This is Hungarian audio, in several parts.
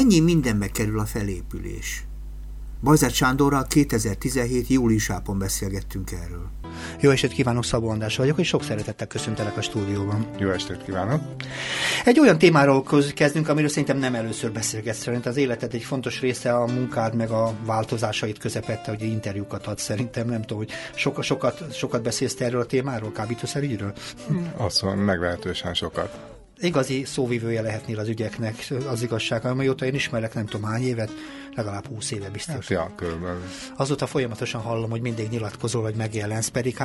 Mennyi mindenbe kerül a felépülés? Bajzárt Sándorral 2017. júliusában beszélgettünk erről. Jó estét kívánok, Szabó András vagyok, és sok szeretettel köszöntelek a stúdióban. Jó estét kívánok! Egy olyan témáról kezdünk, amiről szerintem nem először beszélgetsz. Szerintem az életed egy fontos része a munkád, meg a változásait közepette, hogy interjúkat adsz. Szerintem nem tudom, hogy sokat beszélsz erről a témáról, kábítószerügyről? Azt mondom, meglehetősen sokat. Igazi szóvivője lehetnél az ügyeknek, az igazság. Amióta én ismerlek, nem tudom hány évet, legalább 20 éve biztos. Hát, ja, körülbelül. Azóta folyamatosan hallom, hogy mindig nyilatkozol, hogy megjelensz, pedig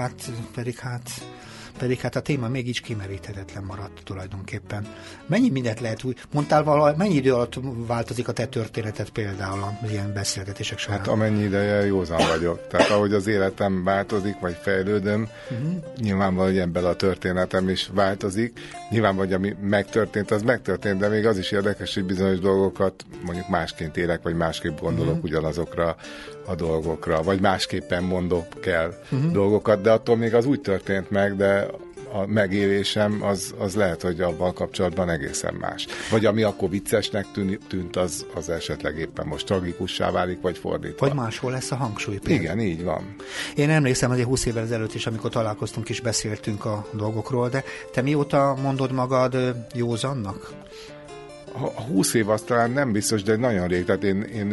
hát a téma még így kimeríthetetlen maradt tulajdonképpen. Mennyi mindent lehet úgy, mondtál valahogy, mennyi idő alatt változik a te történeted például az ilyen beszélgetések során? Hát amennyi ideje józan vagyok. Tehát ahogy az életem változik, vagy fejlődöm, nyilvánvalóan, hogy ebben a történetem is változik. Nyilvánvalóan, hogy ami megtörtént, az megtörtént, de még az is érdekes, hogy bizonyos dolgokat mondjuk másként élek, vagy másképp gondolok ugyanazokra a dolgokra, vagy másképpen mondok el dolgokat, de attól még az úgy történt meg, de a megélésem az lehet, hogy abban kapcsolatban egészen más. Vagy ami akkor viccesnek tűnt, az esetleg éppen most tragikussá válik, vagy fordítva. Vagy máshol lesz a hangsúly. Például. Igen, így van. Én emlékszem azért 20 évvel ezelőtt is, amikor találkoztunk és beszéltünk a dolgokról, de te mióta mondod magad józannak? A 20 év az talán nem biztos, de nagyon rég. Tehát én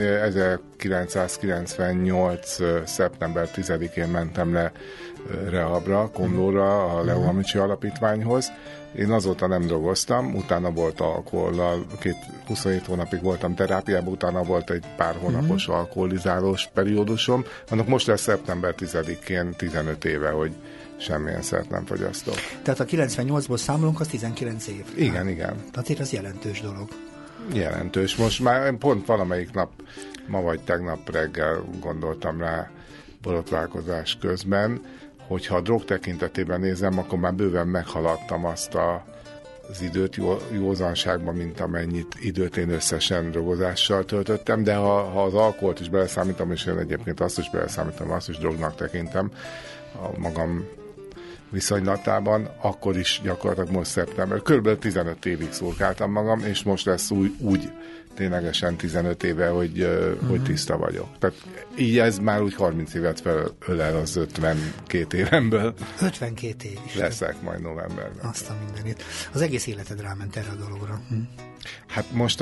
1998. szeptember 10-én mentem le rehabra, Komlóra, a Leo Hamicsi Alapítványhoz. Én azóta nem drogoztam, utána volt alkohollal, 27 hónapig voltam terápiában, utána volt egy pár hónapos alkoholizálós periódusom. Annak most lesz szeptember 10-én 15 éve, hogy semmilyen szert nem fogyasztok. Tehát a 98-ból számolunk, az 19 év. Igen. Azért az jelentős dolog. Jelentős. Most már pont valamelyik nap, ma vagy tegnap reggel gondoltam rá borotválkozás közben, hogyha a drog tekintetében nézem, akkor már bőven meghaladtam azt az időt józanságban, mint amennyit időt én összesen drogozással töltöttem, de ha az alkoholt is beleszámítom, és én egyébként azt is beleszámítom, azt is drognak tekintem a magam viszonylatában, akkor is gyakorlatilag most szeptember. Körülbelül 15 évig szurkáltam magam, és most lesz úgy ténylegesen 15 éve, hogy tiszta vagyok. Tehát így ez már úgy 30 évet felölel az 52 évemből. 52 év is. Leszek majd novemberben. Azt a mindenit. Az egész életed ráment erre a dologra. Hát most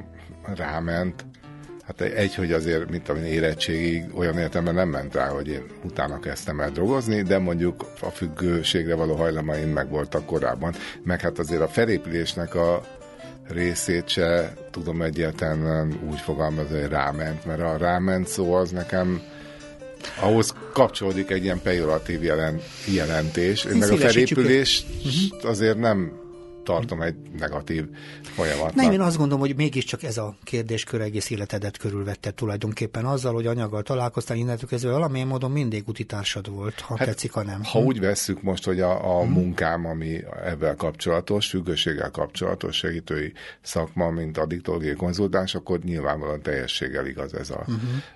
ráment. Hát hogy azért, mint amilyen érettségig olyan értelemben nem ment rá, hogy én utána kezdtem el drogozni, de mondjuk a függőségre való hajlamaim meg voltak korábban. Meg hát azért a felépülésnek a részét se tudom egyáltalán úgy fogalmazni, hogy ráment, mert a ráment szó az nekem ahhoz kapcsolódik egy ilyen pejoratív jelentés. Én meg a felépülést azért nem tartom egy negatív folyamatnak. Nem, én azt gondolom, hogy mégiscsak ez a kérdéskör egész életedet körülvette tulajdonképpen azzal, hogy anyaggal találkoztál, innentől kezdve valamilyen módon mindig utitársad volt, ha tetszik, ha nem. Ha úgy vesszük most, hogy a munkám, ami ebben kapcsolatos, függőséggel kapcsolatos segítői szakma, mint addiktológiai konzultáns, akkor nyilvánvalóan teljességgel igaz ez a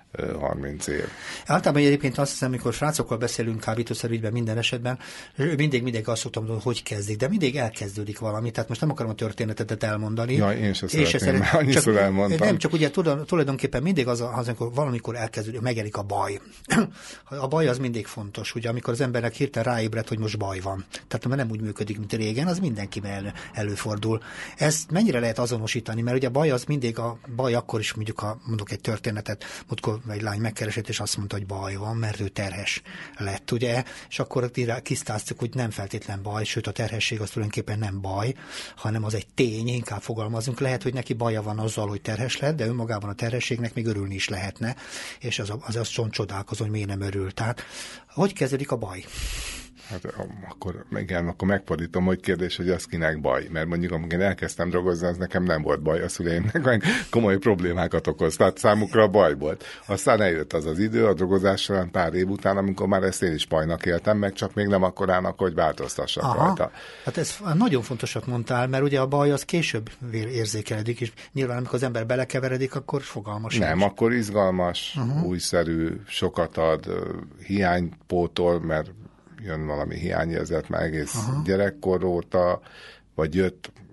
30 év. Általában egyébként azt hiszem, amikor srácokkal beszélünk kábítószerügyben minden esetben, mindig azt szoktam mondani, hogy kezdik, de mindig elkezdődik valami, tehát most nem akarom a történetedet elmondani. Ja, én sem szeretném, annyiszor elmondtam. Nem, csak ugye tulajdonképpen mindig az, amikor valamikor elkezdődik, megjelenik a baj. A baj az mindig fontos, ugye, amikor az embernek hirtelen ráébred, hogy most baj van. Tehát mert nem úgy működik, mint régen, az mindenkiben előfordul. Ezt mennyire lehet azonosítani, mert ugye a baj az mindig a baj akkor is, mondjuk, ha mondok egy történetet, egy lány megkeresett, és azt mondta, hogy baj van, mert ő terhes lett, ugye? És akkor tisztáztuk, hogy nem feltétlen baj, sőt a terhesség az tulajdonképpen nem baj, hanem az egy tény, inkább fogalmazunk. Lehet, hogy neki baja van azzal, hogy terhes lett, de önmagában a terhességnek még örülni is lehetne, és az csodálkozó, hogy miért nem örül. Tehát, hogy kezdődik a baj? Hát akkor megfordítom, hogy kérdés, hogy az kinek baj. Mert mondjuk, amikor én elkezdtem drogozni, az nekem nem volt baj, a szüleimnek meg komoly problémákat okoz. Tehát számukra baj volt. Aztán eljött az idő a drogozás során pár év után, amikor már ezt én is bajnak éltem, meg csak még nem akkorának, hogy változtassak rajta. Hát ez nagyon fontosat mondtál, mert ugye a baj az később érzékeledik, és nyilván amikor az ember belekeveredik, akkor fogalmas. Nem, akkor izgalmas, újszerű, sokat ad, hiánypótol, mert jön valami hiányérzet már egész gyerekkor óta, vagy jött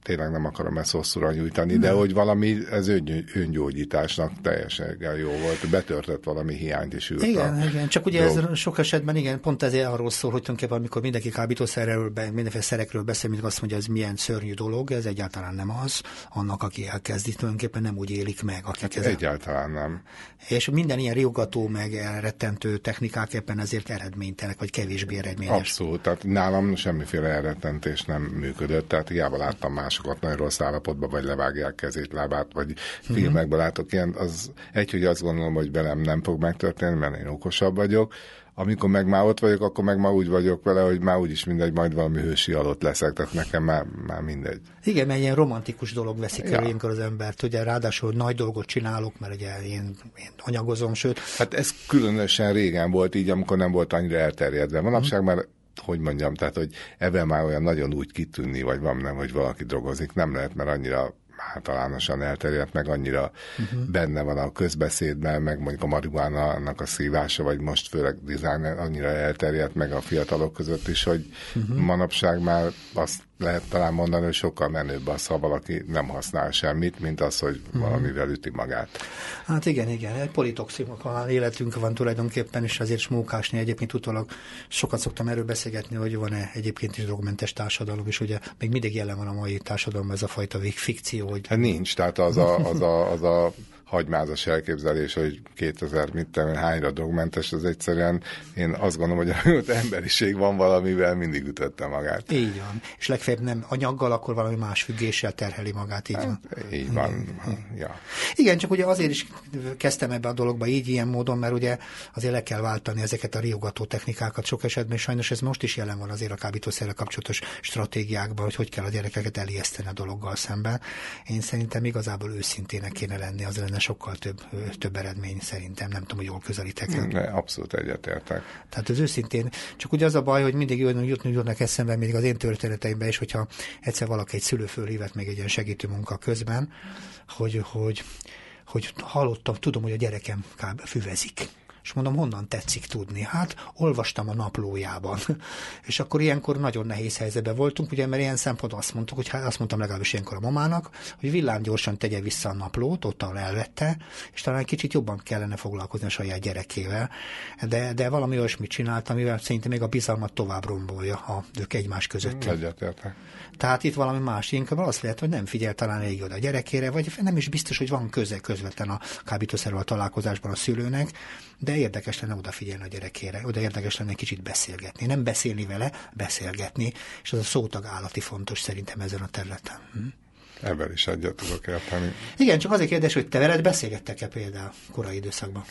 tényleg nem akarom ezt hosszúra nyújtani, de hogy valami, ez öngyógyításnak teljesen jó volt, betörtett valami hiányt is ült. Igen, csak ugye ez sok esetben, igen, pont ezért arról szól, hogy tulajdonképpen amikor mindenki kábítószerről, mindenféle szerekről beszél, mindig azt mondja, ez milyen szörnyű dolog, ez egyáltalán nem az, annak, aki elkezdi, tulajdonképpen nem úgy élik meg. Egyáltalán nem. És minden ilyen riogató, meg elrettentő technikák éppen ezért eredménytelenek, vagy kevésbé eredményes. Abszolút, tehát nálam semmiféle elrettentés nem működött, tehát hiába láttam másokat nagyon rossz állapotban, vagy levágják kezét, lábát, vagy filmekben látok ilyen, az hogy azt gondolom, hogy velem nem fog megtörténni, mert én okosabb vagyok. Amikor meg már ott vagyok, akkor meg már úgy vagyok vele, hogy már úgyis mindegy, majd valami hősi alatt leszek, tehát nekem már mindegy. Igen, mert ilyen romantikus dolog veszik el ilyenkor az embert, ugye ráadásul nagy dolgot csinálok, mert ugye én anyagozom, sőt. Hát ez különösen régen volt így, amikor nem volt annyira elterjedve. Manapság már, hogy mondjam, tehát, hogy ebben már olyan nagyon úgy kitűnni, vagy van nem, hogy valaki drogozik, nem lehet, mert annyira általánosan elterjedt, meg annyira benne van a közbeszédben, meg mondjuk a marihuánának a szívása, vagy most főleg designer annyira elterjedt meg a fiatalok között is, hogy manapság már azt lehet talán mondani, hogy sokkal menőbb az, ha valaki nem használ semmit, mint az, hogy valamivel üti magát. Hát igen, egy politoxinok életünk van tulajdonképpen, és azért smókásni egyébként utólag sokat szoktam erről beszélgetni, hogy van-e egyébként is drogmentes társadalom, és ugye még mindig jelen van a mai társadalomban ez a fajta fikció, hogy... Hát nincs, tehát az a hagymázas elképzelés, hogy 2000 hányra drogmentes, az egyszerűen én azt gondolom, hogy az emberiség van valamivel, mindig ütötte magát. Így van. És legfeljebb nem anyaggal, akkor valami más függéssel terheli magát, így van. Így van. Ja. Igen, csak ugye azért is kezdtem ebbe a dologba így ilyen módon, mert ugye azért le kell váltani ezeket a riogató technikákat sok esetben, és sajnos ez most is jelen van azért a kábítószerrel kapcsolatos stratégiákban, hogy kell a gyerekeket elijeszteni a dologgal szemben. Én szerintem igazából őszintének kéne lenni, az lenne sokkal több eredmény szerintem, nem tudom, hogy jól közelítek. Abszolút egyetértek. Tehát az őszintén, csak ugye az a baj, hogy mindig jutnak eszembe, mindig az én történeteimben is, hogyha egyszer valaki egy szülő fölhívett még egy ilyen segítő munka közben, hogy hallottam, tudom, hogy a gyerekem kb. Füvezik. És mondom, honnan tetszik tudni? Hát olvastam a naplójában. És akkor ilyenkor nagyon nehéz helyzetben voltunk, ugye, mert ilyen szempontból azt mondtuk, hogy azt mondtam legalábbis ilyenkor a mamának, hogy villámgyorsan tegye vissza a naplót, ott ahol elvette, és talán egy kicsit jobban kellene foglalkozni a saját gyerekével. De valami olyasmit csináltam, amivel szerintem még a bizalmat tovább rombolja ők egymás között. Egyetértek. Tehát itt valami más, inkább az lehet, hogy nem figyel talán elég oda a gyerekére, vagy nem is biztos, hogy van közvetlen a kábítószerrel találkozásban a szülőnek, de érdekes lenne odafigyelni a gyerekére, oda érdekes lenne egy kicsit beszélgetni. Nem beszélni vele, beszélgetni, és az a szótag állati fontos szerintem ezen a területen. Ebben is egyet tudok érteni. Igen, csak azért kérdés, hogy te veled beszélgettek-e például korai időszakban?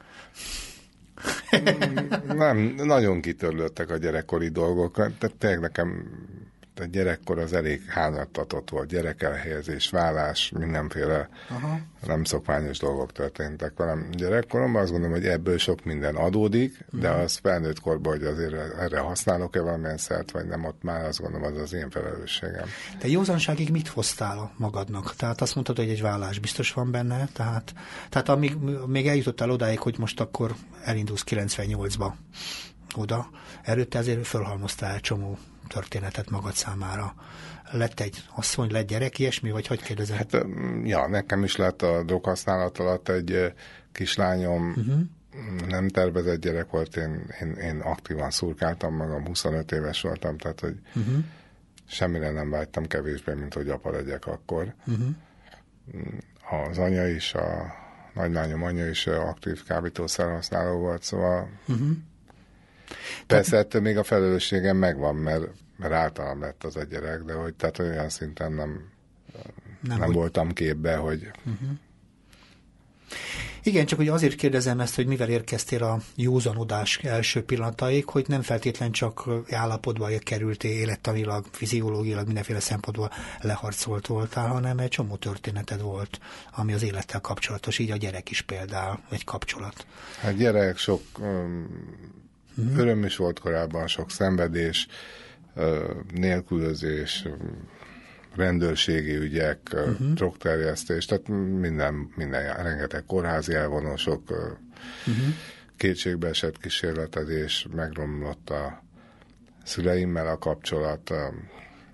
Nem, nagyon kitörlődtek a gyerekkori dolgok. Tehát tényleg nekem a gyerekkor az elég hányattatott volt, gyerekelhelyezés, vállás, mindenféle nem szokványos dolgok történtek velem gyerekkoromban. Azt gondolom, hogy ebből sok minden adódik, de az felnőtt korban, hogy azért erre használok-e valamilyen szert, vagy nem, ott már azt gondolom, az én felelősségem. Te józanságig mit hoztál magadnak? Tehát azt mondtad, hogy egy vállás biztos van benne, tehát amíg még eljutottál odáig, hogy most akkor elindulsz 98-ba oda, előtte azért fölhalmoztál egy csomó történetet magad számára. Lett egy asszony, lett gyerek, ilyesmi, vagy hogy kérdezem? Hát, ja, nekem is lett a droghasználat alatt egy kislányom, nem tervezett gyerek volt, én aktívan szurkáltam magam, 25 éves voltam, tehát, hogy semmire nem vágytam kevésbé, mint hogy apa legyek akkor. Az anya is, a nagylányom anya is aktív kábítószerhasználó volt, szóval persze ettől még a felelősségem megvan, mert általam lett az a gyerek, de hogy tehát olyan szinten nem voltam képbe, hogy... Igen, csak ugye azért kérdezem ezt, hogy mivel érkeztél a józanodás első pillanataig, hogy nem feltétlen csak állapotba kerültél élettanilag, fiziológiailag, mindenféle szempontból leharcolt voltál, hanem egy csomó történeted volt, ami az élettel kapcsolatos, így a gyerek is például, egy kapcsolat. Hát gyerek, sok öröm is volt korábban, sok szenvedés, nélkülözés, rendőrségi ügyek, drogterjesztés, tehát minden, rengeteg kórházi elvonó, sok kétségbeesett kísérletezés, megromlott a szüleimmel a kapcsolat,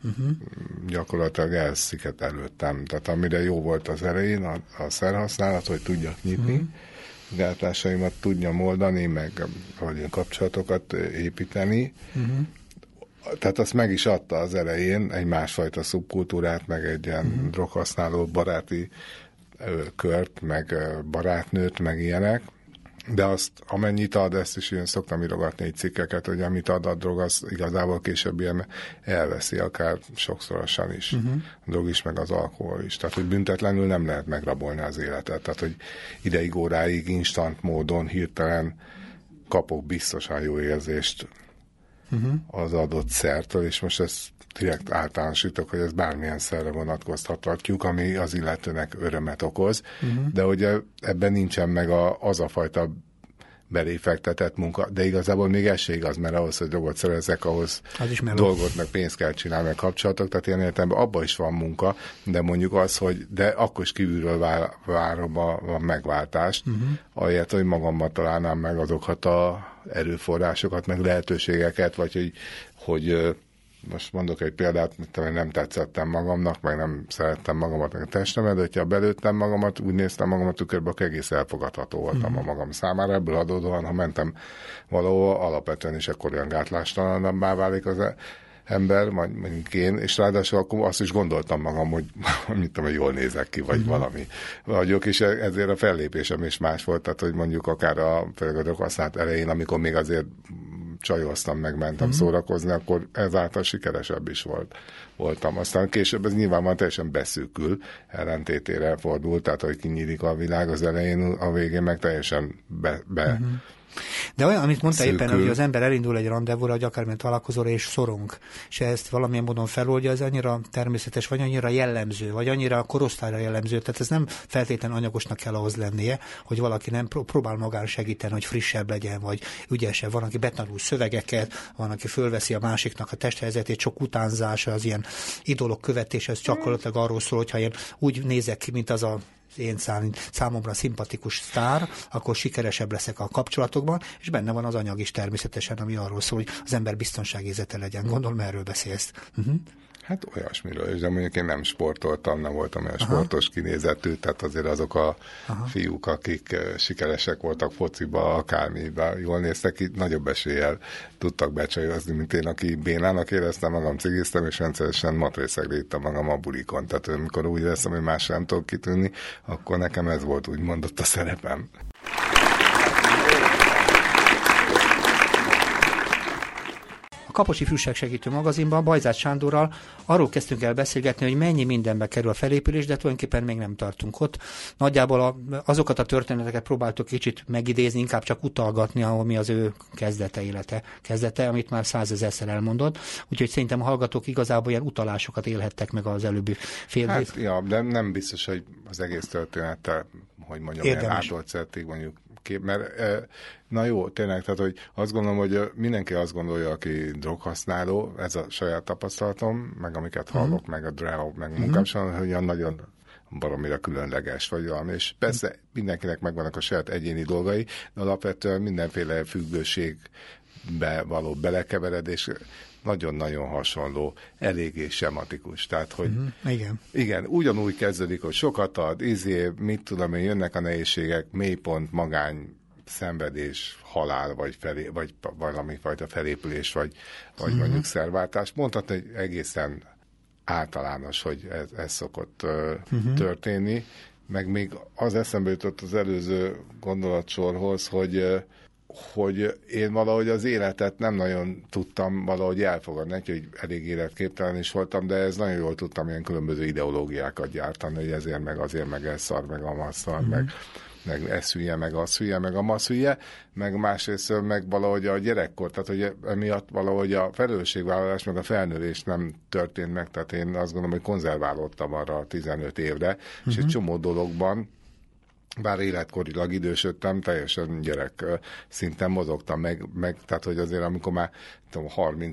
gyakorlatilag elsziket előttem. Tehát amire jó volt az elején, a szerhasználat, hogy tudjak nyitni, gátlásaimat tudjam oldani, meg hogy kapcsolatokat építeni. Tehát azt meg is adta az elején egy másfajta szubkultúrát, meg egy ilyen droghasználó baráti kört, meg barátnőt, meg ilyenek. De azt, amennyit ad, ezt is én szoktam írogatni egy cikkeket, hogy amit ad a drog, az igazából később ilyen elveszi, akár sokszorosan is. A drog is, meg az alkohol is. Tehát, hogy büntetlenül nem lehet megrabolni az életet. Tehát, hogy ideig, óráig, instant módon, hirtelen kapok biztosan jó érzést az adott szertől, és most ezt direkt általánosítok, hogy ez bármilyen szerre vonatkoztathatjuk, ami az illetőnek örömet okoz, de hogy ebben nincsen meg az a fajta beléfektetett munka, de igazából még ez se igaz, mert ahhoz, hogy drogot szerezzek, ahhoz dolgot, meg pénzt kell csinálni, meg kapcsolatok, tehát ilyen értelemben abban is van munka, de mondjuk az, hogy de akkor is kívülről várom a megváltást, ahelyett, hogy magammal találnám meg azokat a erőforrásokat, meg lehetőségeket, vagy hogy most mondok egy példát, mint nem tetszettem magamnak, meg nem szerettem magamat, meg a testemet, de hogyha belőttem magamat, úgy néztem magamat tükörbe, akkor egész elfogadható voltam a magam számára. Ebből adódóan, ha mentem valahova, alapvetően is akkor olyan gátlástalanabbá válik az ember, mondjuk én, és ráadásul akkor azt is gondoltam magam, hogy mit tudom, hogy jól nézek ki, vagy valami vagyok, és ezért a fellépésem is más volt, tehát hogy mondjuk akár a droghasználat elején, amikor még azért csajoztam, meg mentem szórakozni, akkor ezáltal sikeresebb is voltam. Aztán később ez nyilvánvalóan teljesen beszűkül, ellentétére fordult, tehát hogy kinyílik a világ az elején, a végén meg teljesen De olyan, amit mondta szűkül. éppen, hogy az ember elindul egy rendezvúra, vagy akármilyen találkozóra, és szorong, és ezt valamilyen módon feloldja, ez annyira természetes, vagy annyira jellemző, vagy annyira korosztályra jellemző, tehát ez nem feltétlenül anyagosnak kell ahhoz lennie, hogy valaki nem próbál magán segíteni, hogy frissebb legyen, vagy ügyesebb. Van, aki betanul szövegeket, van, aki fölveszi a másiknak a testhelyzetét, sok utánzása, az ilyen idolok követése, ez gyakorlatilag arról szól, hogyha én úgy nézek ki, mint az a én számomra szimpatikus sztár, akkor sikeresebb leszek a kapcsolatokban, és benne van az anyag is természetesen, ami arról szól, hogy az ember biztonságérzete legyen. Gondolom, erről beszélsz. Hát olyasmiről is, de mondjuk én nem sportoltam, nem voltam olyan sportos kinézetű, tehát azért azok a fiúk, akik sikeresek voltak fociba, akármiben, jól néztek ki, nagyobb eséllyel tudtak becsajozni, mint én, aki bénának éreztem magam, cigiztem, és rendszeresen matrészegre ittam magam a bulikon. Tehát amikor úgy leszem, hogy másra nem tudok kitűnni, akkor nekem ez volt úgy mondott a szerepem. Kaposi Fűságsegítő magazinban Bajzász Sándorral arról kezdtünk el beszélgetni, hogy mennyi mindenbe kerül a felépülés, de tulajdonképpen még nem tartunk ott. Nagyjából azokat a történeteket próbáltuk kicsit megidézni, inkább csak utalgatni, ami az ő kezdete, amit már 100 000-szer elmondott. Úgyhogy szerintem a hallgatók igazából ilyen utalásokat élhettek meg az előbbi fél Hát, ja, de nem biztos, hogy az egész történettel, hogy mondjam, ilyen átoltszettig mondjuk mert na jó, tényleg, tehát, hogy azt gondolom, hogy mindenki azt gondolja, aki droghasználó, ez a saját tapasztalatom, meg amiket hallok, meg a DREO, meg munkámson, hogy olyan nagyon baromira különleges vagy valami, és persze mindenkinek megvannak a saját egyéni dolgai, de alapvetően mindenféle függőségbe való belekeveredés nagyon-nagyon hasonló, eléggé sematikus. Tehát, hogy igen, ugyanúgy kezdődik, hogy sokat ad, mit tudom én, jönnek a nehézségek, mélypont, magány, szenvedés, halál, vagy valami fajta felépülés, vagy mondjuk szerváltás. Mondhatni, hogy egészen általános, hogy ez szokott történni. Meg még az eszembe jutott az előző gondolatsorhoz, hogy én valahogy az életet nem nagyon tudtam valahogy elfogadni, hogy elég életképtelen is voltam, de ez nagyon jól tudtam ilyen különböző ideológiákat gyártani, hogy ezért meg azért, meg ez szar, meg amaz szar, meg ez hülye, meg az hülye, meg amaz hülye, meg másrészt meg valahogy a gyerekkor, tehát hogy emiatt valahogy a felelősségvállalás, meg a felnővés nem történt meg, tehát én azt gondolom, hogy konzerválódtam arra 15 évre, és egy csomó dologban, bár életkorilag idősödtem, teljesen gyerek szinten mozogtam meg, tehát hogy azért amikor már 32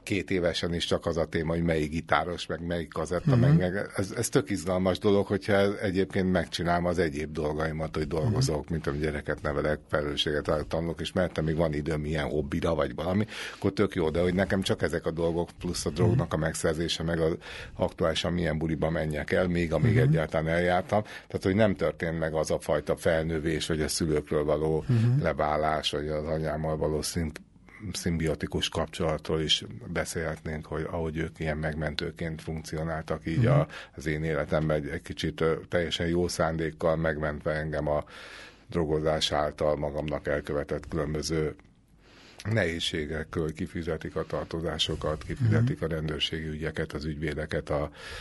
2 évesen is csak az a téma, hogy melyik gitáros, meg melyik kazetta, meg ez tök izgalmas dolog, hogyha egyébként megcsinálom az egyéb dolgaimat, hogy dolgozok, mint ami gyereket nevelek, felelősséget tanulok, és mert még van időm ilyen hobbira, vagy valami, akkor tök jó, de hogy nekem csak ezek a dolgok, plusz a drognak a megszerzése, meg az aktuálisan milyen buliba menjek el, még amíg egyáltalán eljártam. Tehát, hogy nem történt meg az a fajta felnövés, vagy a szülőkről való leválás, vagy az anyámmal való szimbiotikus kapcsolatról is beszélhetnénk, hogy ahogy ők ilyen megmentőként funkcionáltak így az én életemben egy kicsit teljesen jó szándékkal megmentve engem a drogozás által magamnak elkövetett különböző nehézségekről, kifizetik a tartozásokat, kifizetik a rendőrségi ügyeket, az ügyvédeket,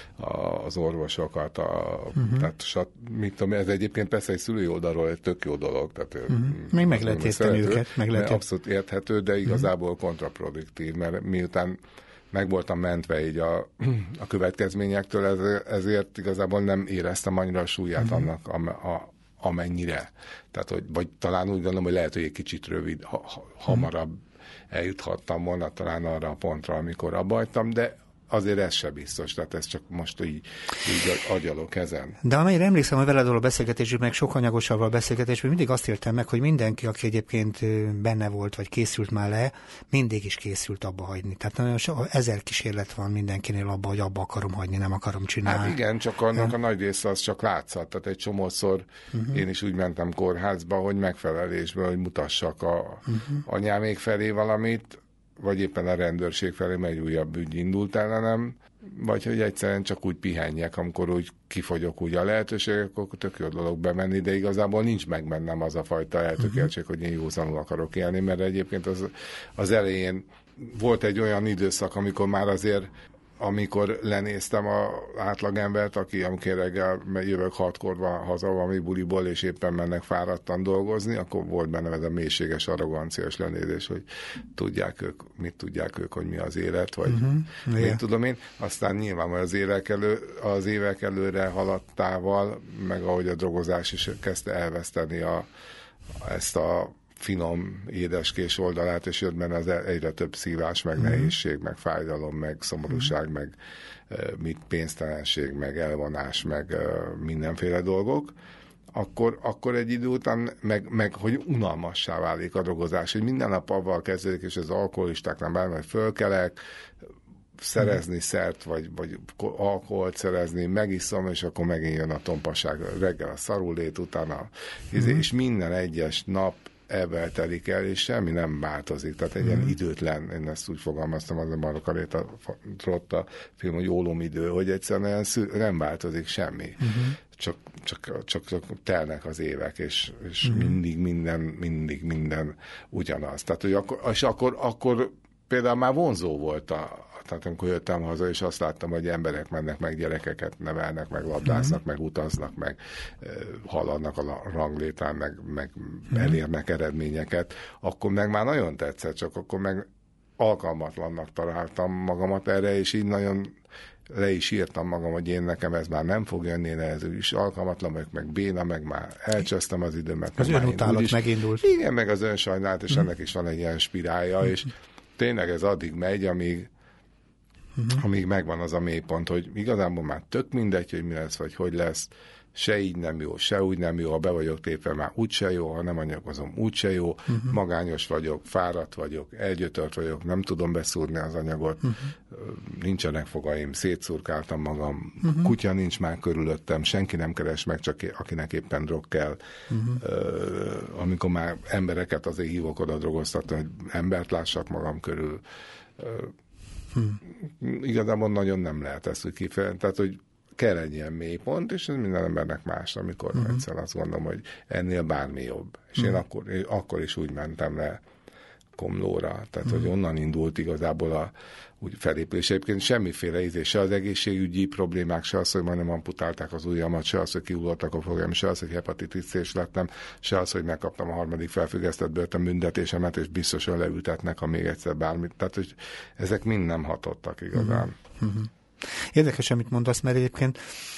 az orvosokat, tehát mit tudom, ez egyébként persze egy szülői oldalról egy tök jó dolog. Tehát, még meg lehet érteni őket. Abszolút érthető, de igazából kontraproduktív, mert miután meg voltam mentve így a következményektől, ezért igazából nem éreztem annyira a súlyát annak, amennyire. Tehát, hogy, vagy talán úgy gondolom, hogy lehet, hogy egy kicsit rövid, hamarabb eljuthattam volna talán arra a pontra, amikor abba hagytam, de azért ez se biztos, tehát ez csak most így agyalok ezen. De amennyire emlékszem, hogy veled való beszélgetésben, meg sok anyagosabb a beszélgetésben, mindig azt értem meg, hogy mindenki, aki egyébként benne volt, vagy készült már le, mindig is készült abba hagyni. Tehát nagyon 1000 kísérlet van mindenkinél abba, hogy abba akarom hagyni, nem akarom csinálni. Hát igen, csak annak a nagy része az csak látszat. Tehát egy csomószor én is úgy mentem kórházba, hogy megfelelésből, hogy mutassak a anyámék felé valamit, vagy éppen a rendőrség felé, mert egy újabb ügy indult ellenem, vagy hogy egyszerűen csak úgy pihenjek, amikor úgy kifogyok úgy a lehetőségek, akkor tök jó dolog bemenni, de igazából nincs meg bennem az a fajta eltökéltség, hogy én józanul akarok élni, mert egyébként az elején volt egy olyan időszak, amikor már azért amikor lenéztem az átlagembert, amikor reggel jövök 6-kor haza valami buliból, és éppen mennek fáradtan dolgozni, akkor volt bennem ez a mélységes arroganciás lenézés, hogy mit tudják ők, hogy mi az élet, vagy mit tudom én. Aztán nyilván az évek előre haladtával, meg ahogy a drogozás is kezdte elveszteni ezt a finom, édeskés oldalát, és jött benne az egyre több szívás, meg nehézség, meg fájdalom, meg szomorúság, meg pénztelenség, meg elvonás, meg mindenféle dolgok, akkor egy idő után meg hogy unalmassá válik a drogozás, hogy minden nap avval kezdődik, és az alkoholistáknál bármely fölkelek, szerezni szert, vagy alkoholt szerezni, megiszom, és akkor megint jön a tompasság, reggel a szarulét, utána és minden egyes nap ebben telik el, és semmi nem változik. Tehát egy ilyen időtlen, én ezt úgy fogalmaztam, az a Margaréta Trotta film, hogy ólomidő, hogy egyszerűen nem változik semmi. Csak telnek az évek, és mindig minden ugyanaz. Tehát, hogy akkor például már vonzó volt tehát amikor jöttem haza, és azt láttam, hogy emberek mennek meg, gyerekeket nevelnek, meg labdáznak, meg utaznak, meg haladnak a ranglétrán, meg elérnek eredményeket, akkor meg már nagyon tetszett, csak akkor meg alkalmatlannak találtam magamat erre, és így nagyon le is írtam magam, hogy én nekem ez már nem fog jönni, ez is alkalmatlan vagyok, meg béna, meg már elcsesztem az időmet. Az önutálat megindult. Igen, meg az önsajnálat, és ennek is van egy ilyen spirálja, és tényleg ez addig megy, amíg megvan az a mélypont, hogy igazából már tök mindegy, hogy mi lesz, vagy hogy lesz, se így nem jó, se úgy nem jó, ha be vagyok tépve, már úgyse jó, ha nem anyagozom, úgyse jó, magányos vagyok, fáradt vagyok, elgyötört vagyok, nem tudom beszúrni az anyagot, nincsenek fogaim, szétszurkáltam magam, kutya nincs már körülöttem, senki nem keres meg, csak akinek éppen drog kell. Amikor már embereket azért hívok oda drogoztatni, hogy embert lássak magam körül. Igazából nagyon nem lehet ezt úgy kifejezni, tehát, hogy kell egy ilyen mélypont, és ez minden embernek más, amikor egyszer azt gondolom, hogy ennél bármi jobb. És én akkor is úgy mentem le Komlóra, tehát, hogy onnan indult igazából a felépülés. Egyébként semmiféle se az egészségügyi problémák, se az, hogy majdnem amputálták az ujjamat, se az, hogy kihullottak a fogam, se az, hogy hepatitis C-s lettem, se az, hogy megkaptam a 3. felfüggesztett börtönbüntetésemet, és biztosan leültetnek, ha még egyszer bármit. Tehát, hogy ezek mind nem hatottak igazán. Érdekes, amit mondasz, mert egyébként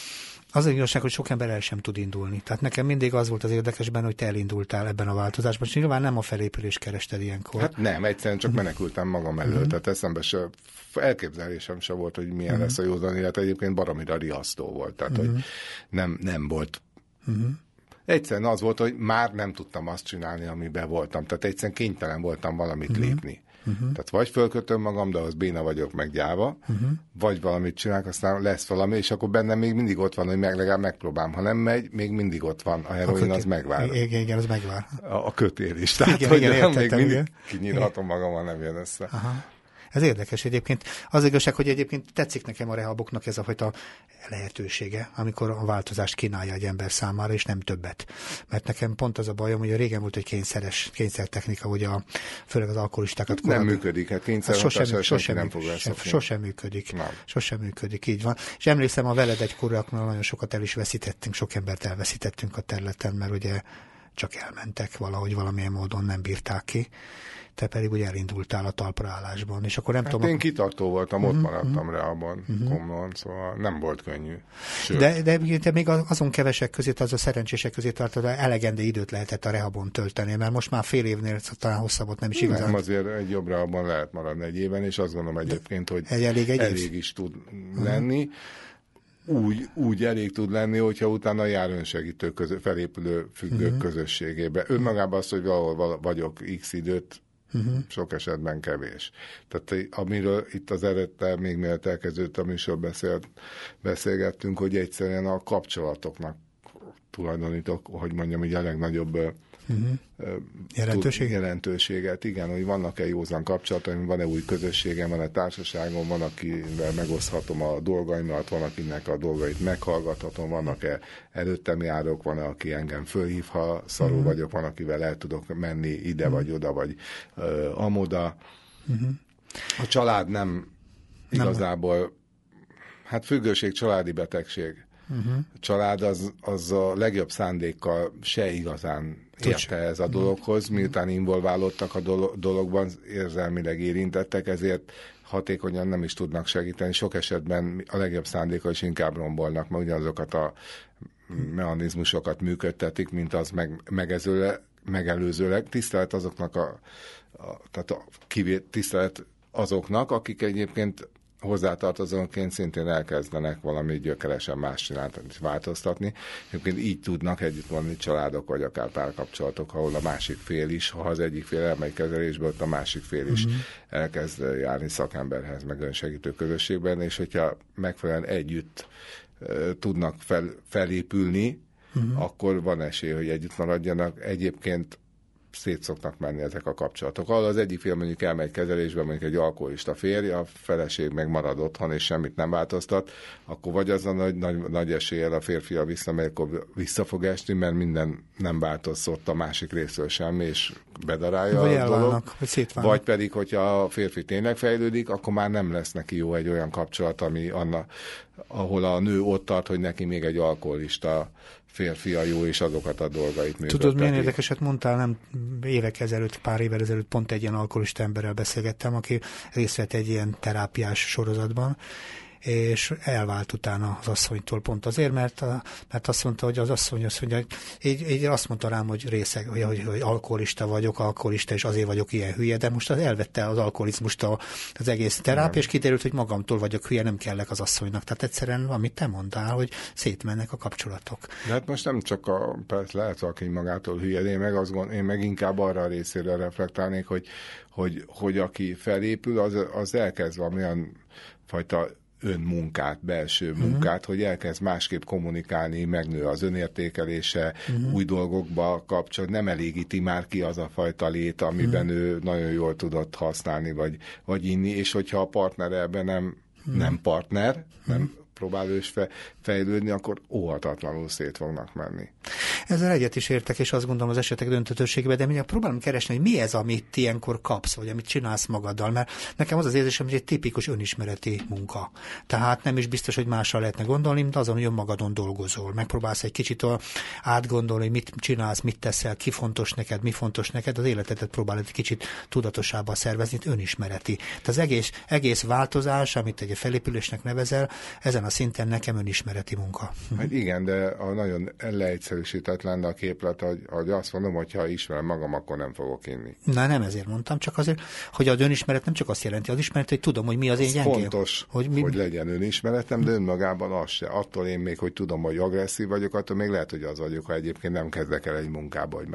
Az igazság, hogy sok ember el sem tud indulni. Tehát nekem mindig az volt az érdekes benne, hogy te elindultál ebben a változásban. És nyilván nem a felépülést kerested ilyenkor. Hát nem, egyszerűen csak menekültem magam elől. Tehát eszembe se, elképzelésem se volt, hogy milyen lesz a józan élet. Egyébként baromira riasztó volt. Tehát, hogy nem volt. Egyszerűen az volt, hogy már nem tudtam azt csinálni, amiben voltam. Tehát egyszerűen kénytelen voltam valamit lépni. Tehát vagy fölkötöm magam, de az béna vagyok, meg gyáva, vagy valamit csinálok, aztán lesz valami, és akkor bennem még mindig ott van, hogy legalább megpróbálom. Ha nem megy, még mindig ott van. A heroin az megvár. Igen, az megvár. A kötél is. Tehát, igen, hogy igen, még mindig kinyírhatom magam, ha nem jön össze. Aha. Ez érdekes egyébként. Az igazság, hogy egyébként tetszik nekem a rehaboknak ez a fajta lehetősége, amikor a változást kínálja egy ember számára, és nem többet. Mert nekem pont az a bajom, hogy régen volt egy kényszertechnika, hogy főleg az alkoholistákat... Nem működik, hát kényszerhatással senki nem fog elszokni. Sosem működik. Sosem működik, így van. És emlékszem, a veled egykorúaknál nagyon sokat el is veszítettünk, sok embert elveszítettünk a területen, mert ugye csak elmentek valahogy, valamilyen módon nem bírták ki. Te pedig ugye elindultál a talpraállásban, és akkor nem tudom... Én kitartó voltam, ott maradtam reában, Komlón, szóval nem volt könnyű. De még azon kevesek közé, az a szerencsések közé tartod, elegendő időt lehetett a rehabon tölteni, mert most már fél évnél talán hosszabbot nem is igazán. Nem, azért egy jobb rehabon lehet maradni egy éven, és azt gondolom egyébként, hogy elég is tud lenni. Úgy elég tud lenni, hogyha utána jár önsegítő felépülő függők közösségébe. Önmagában az, hogy valahol vagyok x időt, sok esetben kevés. Tehát amiről itt az előtte, még mielőtt elkezdődött a műsor beszélgettünk, hogy egyszerűen a kapcsolatoknak tulajdonítok, hogy mondjam, így a legnagyobb jelentőséget. Igen, hogy vannak-e józan kapcsolataim, van-e új közösségem, van-e társaságom, van, akivel megoszthatom a dolgaimat, van, akinek a dolgait meghallgathatom, vannak-e előttem járok, van-e, aki engem fölhív, ha szarul vagyok, van, akivel el tudok menni ide vagy oda, vagy amoda. A család nem igazából, hát függőség, családi betegség. A család az a legjobb szándékkal se igazán érte ez a dologhoz, miután involválódtak a dologban, érzelmileg érintettek, ezért hatékonyan nem is tudnak segíteni. Sok esetben a legjobb szándékkal is inkább rombolnak, mert ugyanazokat a mechanizmusokat működtetik, mint az megelőzőleg. Tisztelet azoknak tisztelet azoknak, akik egyébként hozzátartozóként szintén elkezdenek valami gyökeresen más csinálni, változtatni. Egyébként így tudnak együtt vanni családok, vagy akár párkapcsolatok, ahol a másik fél is, ha az egyik fél elmegy kezelésbe, ott a másik fél is elkezd járni szakemberhez, meg önsegítő közösségben, és hogyha megfelelően együtt tudnak felépülni, akkor van esély, hogy együtt maradjanak. Egyébként szét szoknak menni ezek a kapcsolatok. Ahol az egyik fél mondjuk elmegy kezelésbe, mondjuk egy alkoholista férj, a feleség meg marad otthon, és semmit nem változtat, akkor vagy az a nagy eséllyel a férfi visszamegy, akkor vissza fog esni, mert minden nem változott a másik részről semmi, és bedarálja vagy a dolog. Vagy pedig, hogyha a férfi tényleg fejlődik, akkor már nem lesz neki jó egy olyan kapcsolat, ahol a nő ott tart, hogy neki még egy alkoholista férfi a jó, és azokat a dolgait működteti. Tudod, milyen érdekeset mondtál, nem pár évvel ezelőtt pont egy ilyen alkoholista emberrel beszélgettem, aki részt vett egy ilyen terápiás sorozatban, és elvált utána az asszonytól pont azért, mert azt mondta, hogy az asszony azt mondja, így azt mondta rám, hogy részeg, hogy alkoholista vagyok, alkoholista, és azért vagyok ilyen hülye, de most elvette az alkoholizmust az egész terápia, és kiderült, hogy magamtól vagyok hülye, nem kellek az asszonynak. Tehát egyszerűen, amit te mondtál, hogy szétmennek a kapcsolatok. De hát most nem csak persze lehet valaki magától hülye, de én meg inkább arra a részére reflektálnék, hogy aki felépül, az elkezd valamilyen fajta önmunkát, belső munkát, hogy elkezd másképp kommunikálni, megnő az önértékelése, új dolgokba kapcsol, nem elégíti már ki az a fajta lét, amiben ő nagyon jól tudott használni, vagy inni, és hogyha a partner ebben nem partner, nem próbál ő is fejlődni, akkor óhatatlanul szét fognak menni. Ezzel egyet is értek, és azt gondolom az esetek döntetőségében, de mindjárt próbálom keresni, hogy mi ez, amit ilyenkor kapsz, vagy amit csinálsz magaddal, mert nekem az az érzésem, hogy egy tipikus önismereti munka. Tehát nem is biztos, hogy másra lehetne gondolni, mint azon, hogy önmagadon dolgozol. Megpróbálsz egy kicsit átgondolni, hogy mit csinálsz, mit teszel, ki fontos neked, mi fontos neked, az életedet próbálod egy kicsit tudatosabbá szervezni, önismereti. Tehát az egész változás, amit egy felépülésnek nevezel, ezen a szinten nekem önismereti munka. Hát igen, de a nagyon leegyszerűsített lenne a képlet, hogy azt mondom, hogy ha ismerem magam, akkor nem fogok inni. Na, nem ezért mondtam, csak azért, hogy az önismeret nem csak azt jelenti, az ismeret, hogy tudom, hogy mi az én gyengém. Fontos, hogy legyen önismeretem, de önmagában az se. Attól én még, hogy tudom, hogy agresszív vagyok, attól még lehet, hogy az vagyok, ha egyébként nem kezdek el egy munkába, hogy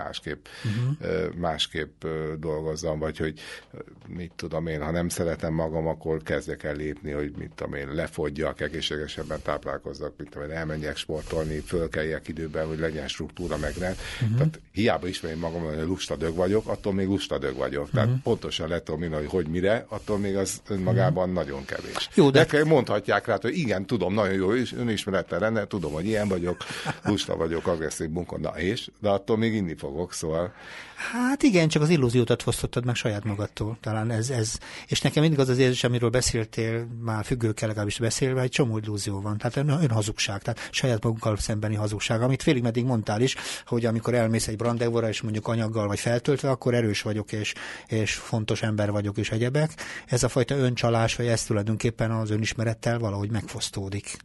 másképp dolgozzam, vagy hogy mit tudom én, ha nem szeretem magam, akkor kezdek el lépni, hogy mit tudom én, lefogyjak, egészségesebben táplálkozzak, mit tudom én, elmenjek sportolni, fölkeljek időben, hogy legyen struktúra, meg rend. Tehát hiába ismerem magam, hogy lusta dög vagyok, attól még lusta dög vagyok. Tehát pontosan le tudom én, hogy mire, attól még az önmagában nagyon kevés. Jó, de mondhatják rá, hogy igen, tudom, nagyon jó önismerettel lenne, tudom, hogy ilyen vagyok, lusta vagyok, agresszív munkon, de attól még inni fogok, szóval. Hát igen, csak az illúziót fosztottad meg saját magadtól. Talán ez. És nekem mindig az érzés, amiről beszéltél, már függőkkel legalábbis beszélve, egy csomó illúzió van. Tehát önhazugság, tehát saját magunkkal szembeni hazugság, amit félig meddig mondtál is, hogy amikor elmész egy brandevóra, és mondjuk anyaggal vagy feltöltve, akkor erős vagyok, és fontos ember vagyok, és egyebek. Ez a fajta öncsalás, vagy ez tulajdonképpen az önismerettel valahogy megfosztódik.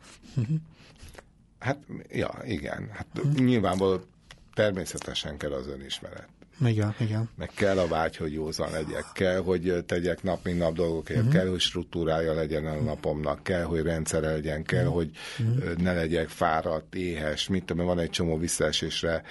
Hát, ja, igen. Hát nyilvánvalóan természetesen kell az önismeret. Igen. Meg kell a vágy, hogy józan legyek, kell, hogy tegyek nap, mint nap dolgokért, kell, hogy struktúrája legyen a napomnak, kell, hogy rendszere legyen, kell, hogy ne legyek fáradt, éhes, mit tudom, van egy csomó visszaesésre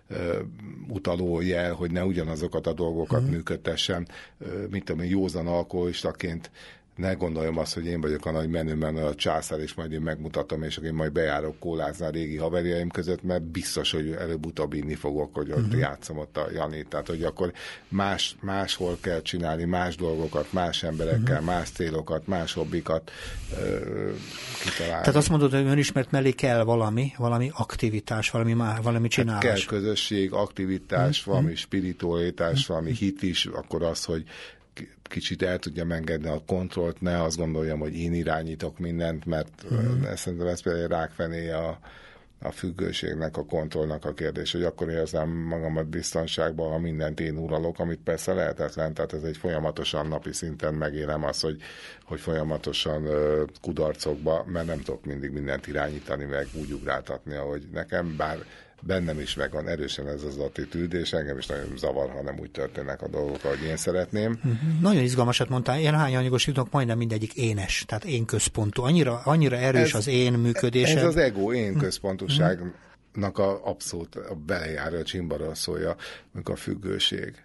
utaló jel, hogy ne ugyanazokat a dolgokat működtessem, mit tudom, józan alkoholistaként ne gondoljam azt, hogy én vagyok a nagy menőmen, a császár, és majd én megmutatom, és én majd bejárok kólázni a régi haverjaim között, mert biztos, hogy előbb-utóbb inni fogok, hogy ott játszom ott a Janit. Tehát, hogy akkor máshol kell csinálni, más dolgokat, más emberekkel, más célokat, más hobbikat kitalálni. Tehát azt mondod, hogy önismert mellé kell valami aktivitás, valami csinálás. Hát kell közösség, aktivitás, valami spiritualitás, valami hit is, akkor az, hogy kicsit el tudjam engedni a kontrollt, ne azt gondoljam, hogy én irányítok mindent, mert szerintem ez például rákfenéje a függőségnek, a kontrollnak a kérdés, hogy akkor érzem magamat biztonságban, ha mindent én uralok, amit persze lehetetlen, tehát ez egy folyamatosan napi szinten megélem az, hogy folyamatosan kudarcokba, mert nem tudok mindig mindent irányítani, meg úgy ugráltatni, ahogy nekem, bár bennem is megvan erősen ez az attitűd, és engem is nagyon zavar, ha nem úgy történnek a dolgok, ahogy én szeretném. Nagyon izgalmasat mondtál, én hányanyagosítok, majdnem mindegyik énes, tehát én központú. Annyira erős az én működésem. Ez az ego, én központuságnak abszolút a belejáró csimbaról szólja, amikor a függőség.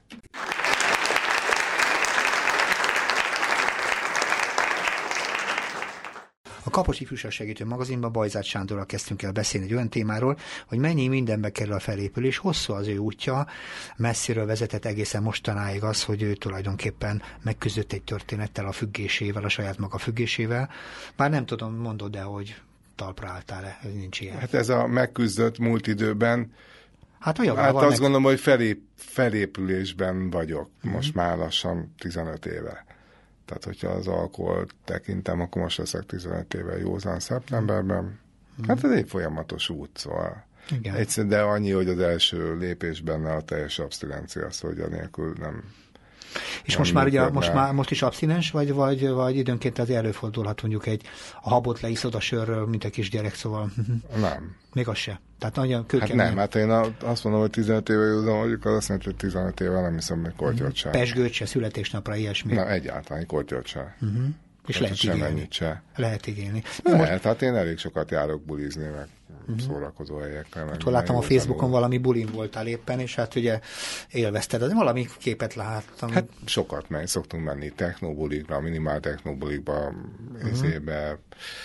A Kapocs Ifjúság Segítő Magazinban Bajzárt Sándorral kezdtünk el beszélni egy olyan témáról, hogy mennyi mindenbe kerül a felépülés, hosszú az ő útja, messziről vezetett egészen mostanáig az, hogy ő tulajdonképpen megküzdött egy történettel a függésével, a saját maga függésével. Bár nem tudom, mondod, de hogy talpra álltál-e, ez nincs ilyen. Hát ez a megküzdött múlt időben, hát azt gondolom, hogy felépülésben vagyok, most már lassan 15 éve. Tehát, hogyha az alkoholt tekintem, akkor most leszek 15 éve józan szeptemberben. Hát ez egy folyamatos út, szóval. Egyszer, de annyi, hogy az első lépés benne a teljes abszinencia, szóval, hogy anélkül nem... És most már ugye, most is abszinens, vagy időnként az előfordulhat mondjuk a habot leiszod a sörről, mint egy kisgyerek, szóval... Nem. Még az se. Tehát nagyon hát nem, hát én azt mondom, hogy 15 éve józan vagyok, az azt jelenti, hogy 15 éve nem hiszem, hogy kortyot sem. Pezsgőt se, születésnapra, ilyesmi. Na, egyáltalán kortyot sem. És lehet igényelni. Lehet igényelni. Lehet, hát én elég sokat járok bulizni, meg szórakozó helyekre. Attól láttam a Facebookon valami bulin voltál éppen, és hát ugye élvezted, de valami képet láttam. Hát sokat szoktunk menni technobulikra, minimál technobulikba, izébe,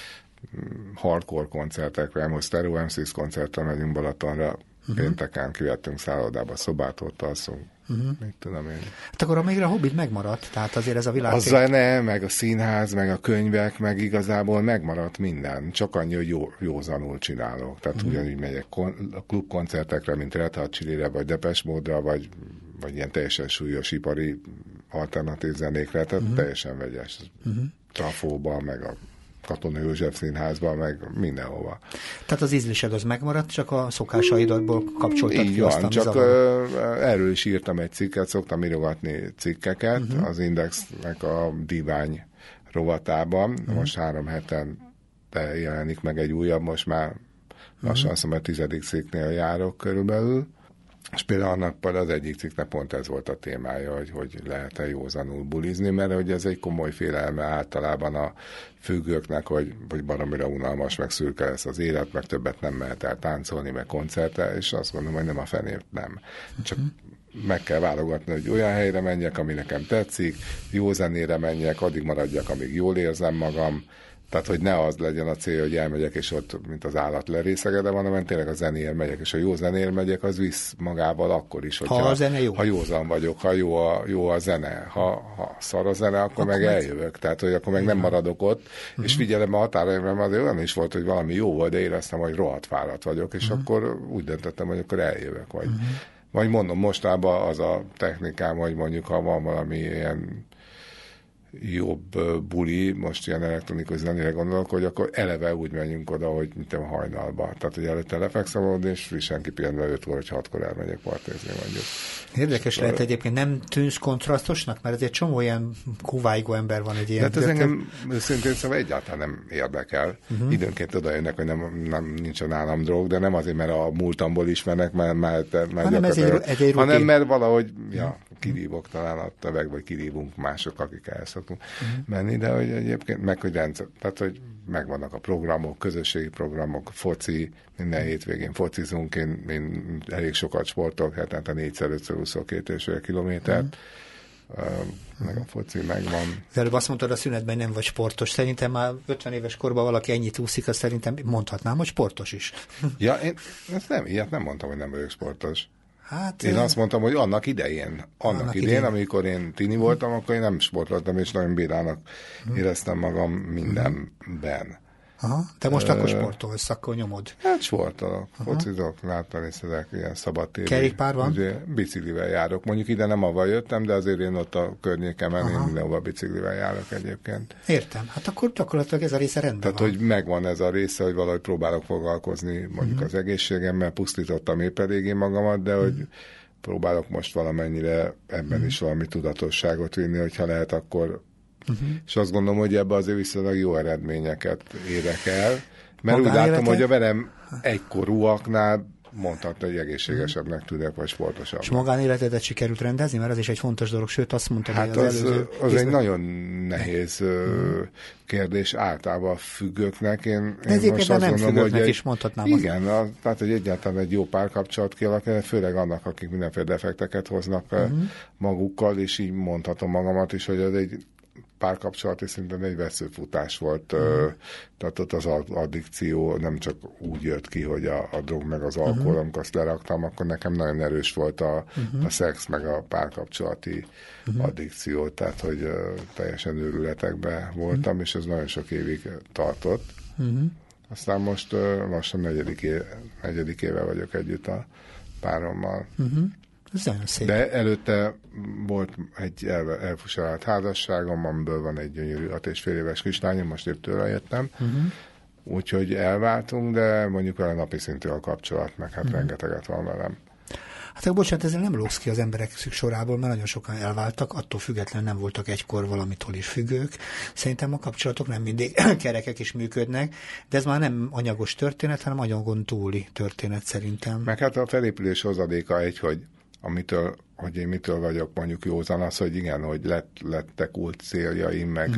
hardcore koncertekre, most Stereo MCs koncertre megyünk Balatonra, pénteken kivettünk szállodába szobát, ott alszunk. Mit tudom én. Hát akkor még a hobbit megmaradt, tehát azért ez a világ... A zene, meg a színház, meg a könyvek, meg igazából megmaradt minden. Csak annyi, hogy józanul csinálok. Tehát ugyanúgy megyek a klubkoncertekre, mint Red Hot Chilire, vagy Depeche Mode-ra, vagy ilyen teljesen súlyos ipari alternatív zenékre, tehát teljesen vegyes. Trafóba, meg a Katona József Színházban, meg mindenhova. Tehát az ízlésed az megmaradt, csak a szokásaidatból kapcsoltad ki azt, csak erről is írtam egy cikket, szoktam írogatni cikkeket az Indexnek a divány rovatában. Most 3 heten évente jelenik meg egy újabb, most már lassan azt mondom, a 10. cikknél járok körülbelül. És például annak az egyik cikknek pont ez volt a témája, hogy lehet-e józanul bulizni, mert hogy ez egy komoly félelme általában a függőknek, hogy baromira unalmas, meg szürke lesz az élet, meg többet nem mehet el táncolni, meg koncertre, és azt mondom, hogy nem a fenét nem. Csak meg kell válogatni, hogy olyan helyre menjek, ami nekem tetszik, jó zenére menjek, addig maradjak, amíg jól érzem magam. Tehát, hogy ne az legyen a cél, hogy elmegyek, és ott, mint az állat lerészegedem, hanem tényleg a zenéért megyek, és ha jó zenéért megyek, az visz magával akkor is, hogyha, ha a zene jó. Ha józan vagyok, ha jó a zene. Ha szar a zene, akkor meg eljövök. Tehát, hogy akkor meg nem maradok ott, és figyelem a határaimra, azért olyan is volt, hogy valami jó volt, de éreztem, hogy rohadt fáradt vagyok, és akkor úgy döntöttem, hogy akkor eljövök. Vagy mondom, mostában az a technikám, hogy mondjuk, ha van valami ilyen jobb buli, most ilyen elektronikus zenére gondolok, hogy akkor eleve úgy menjünk oda, hogy mint a hajnalba. Tehát, hogy előtte lefekszem oda, és frissen kipihenve 5-kor, vagy 6-kor elmegyek partizni, mondjuk. Érdekes lehet egyébként, nem tűnsz kontrasztosnak? Mert azért csomó ilyen kuvájgó ember van egy ilyen. De ez engem szintén szóval egyáltalán nem érdekel. Időnként oda jönnek, hogy nem nincsen nálam drog, de nem azért, mert a múltamból ismernek, hanem mert valahogy kirívok talán a töveg, vagy kirívunk mások, akik el szoktunk menni, de hogy egyébként meg, hogy rendszer, tehát, hogy megvannak a programok, közösségi programok, foci, minden hétvégén focizunk, én elég sokat sportolok, hetente 4x5x22,5 kilométert, meg a foci megvan. Az előbb azt mondtad a szünetben, nem vagy sportos. Szerintem már 50 éves korban valaki ennyit úszik, azt szerintem mondhatnám, hogy sportos is. Ja, én ilyet nem mondtam, hogy nem vagyok sportos. Hát, én azt mondtam, hogy annak idején, amikor én tini voltam, akkor én nem sportoltam, és nagyon bírának éreztem magam mindenben. Aha, te most akkor sportolsz, akkor nyomod. Hát sportolok, focizok, láttanészedek, ilyen szabadtéri. Kerékpár van? Ugye, biciklivel járok. Mondjuk ide nem avval jöttem, de azért én ott a környékemen én mindenhova biciklivel járok egyébként. Értem, hát akkor gyakorlatilag ez a része rendben tehát, van. Hogy megvan ez a része, hogy valahogy próbálok foglalkozni mondjuk az egészségemmel, pusztítottam épp elég én magamat, de hogy próbálok most valamennyire ebben is valami tudatosságot vinni, hogyha lehet, akkor és azt gondolom, hogy ebben azért viszonylag jó eredményeket érek el, mert úgy látom, hogy a velem egykorúaknál mondhatni, hogy egészségesebbnek tűnök, vagy sportosabb. És magánéletedet sikerült rendezni? Mert ez is egy fontos dolog, sőt azt mondtad, hát hogy az egy nagyon nehéz kérdés általában a függőknek. Én most azt nem gondolom, hogy is mondhatnám. Igen, tehát hogy egyáltalán egy jó párkapcsolat kialakul, főleg annak, akik mindenféle defekteket hoznak magukkal, és így mondhatom magamat is, hogy ez egy párkapcsolati szinten egy veszőfutás volt, tehát ott az addikció nem csak úgy jött ki, hogy a drog meg az alkohol, amikor azt leraktam, akkor nekem nagyon erős volt a szex meg a párkapcsolati addikció, tehát hogy teljesen őrületekben voltam, és ez nagyon sok évig tartott. Aztán most lassan negyedik éve vagyok együtt a párommal. De előtte volt egy elfusarált házasságom, amiből van egy gyönyörű 6,5 éves kislányom, most épp tőle jöttem. Úgyhogy elváltunk, de mondjuk vele napi szintű a kapcsolat, meg hát rengeteget van velem. Hát bocsánat, ezzel nem lógsz ki az emberek sorából, mert nagyon sokan elváltak, attól függetlenül nem voltak egykor valamitől is függők. Szerintem a kapcsolatok nem mindig kerekek is működnek, de ez már nem anyagos történet, hanem anyagon túli történet szerintem. Meg hát a felépülés hozadéka hogy én mitől vagyok mondjuk józan, az, hogy igen, hogy lettek kult céljaim, meg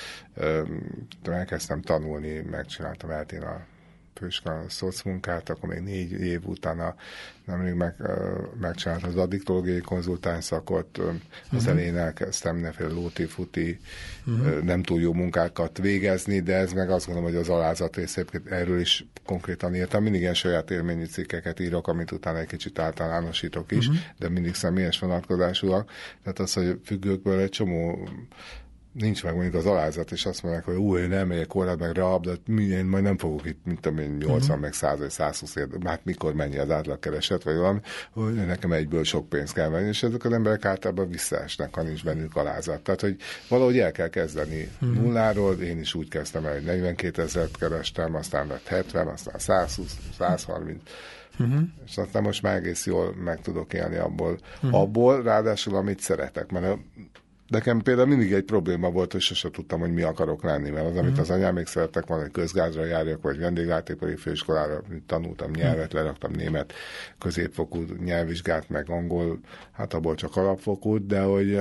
elkezdtem tanulni, megcsináltam eltén a főiskolán szocmunkát, akkor még 4 év utána nemrég megcsináltam az addiktológiai konzultáns szakot, az elején elkezdtem mindenféle lóti-futi, nem túl jó munkákat végezni, de ez meg azt gondolom, hogy az alázat részét erről is konkrétan írtam. Mindig ilyen saját élményi cikkeket írok, amit utána egy kicsit általánosítok is, de mindig személyes vonatkozásúak. Tehát az, hogy függőkből egy csomó nincs meg mondjuk az alázat, és azt mondják, hogy én elmegyek korlát, meg rehab, de én majd nem fogok itt, mint tudom én, 80, meg 100 vagy 120 év, hát mikor mennyi az átlagkereset, vagy valami, hogy nekem egyből sok pénzt kell venni, és ezek az emberek általában visszaesnek, ha nincs bennük alázat. Tehát, hogy valahogy el kell kezdeni nulláról, én is úgy kezdtem el, hogy 42 000 kerestem, aztán lett 70, aztán 120, 130, és aztán most már egész jól meg tudok élni abból, ráadásul amit szeretek, mert Nekem például mindig egy probléma volt, hogy sosem tudtam, hogy mi akarok lenni, mert az, amit az anyám még szerettek volna, hogy közgázra járjak, vagy vendéglátóipari főiskolára tanultam nyelvet, leraktam német középfokú nyelvvizsgát, meg angol, hát abból csak alapfokút, de hogy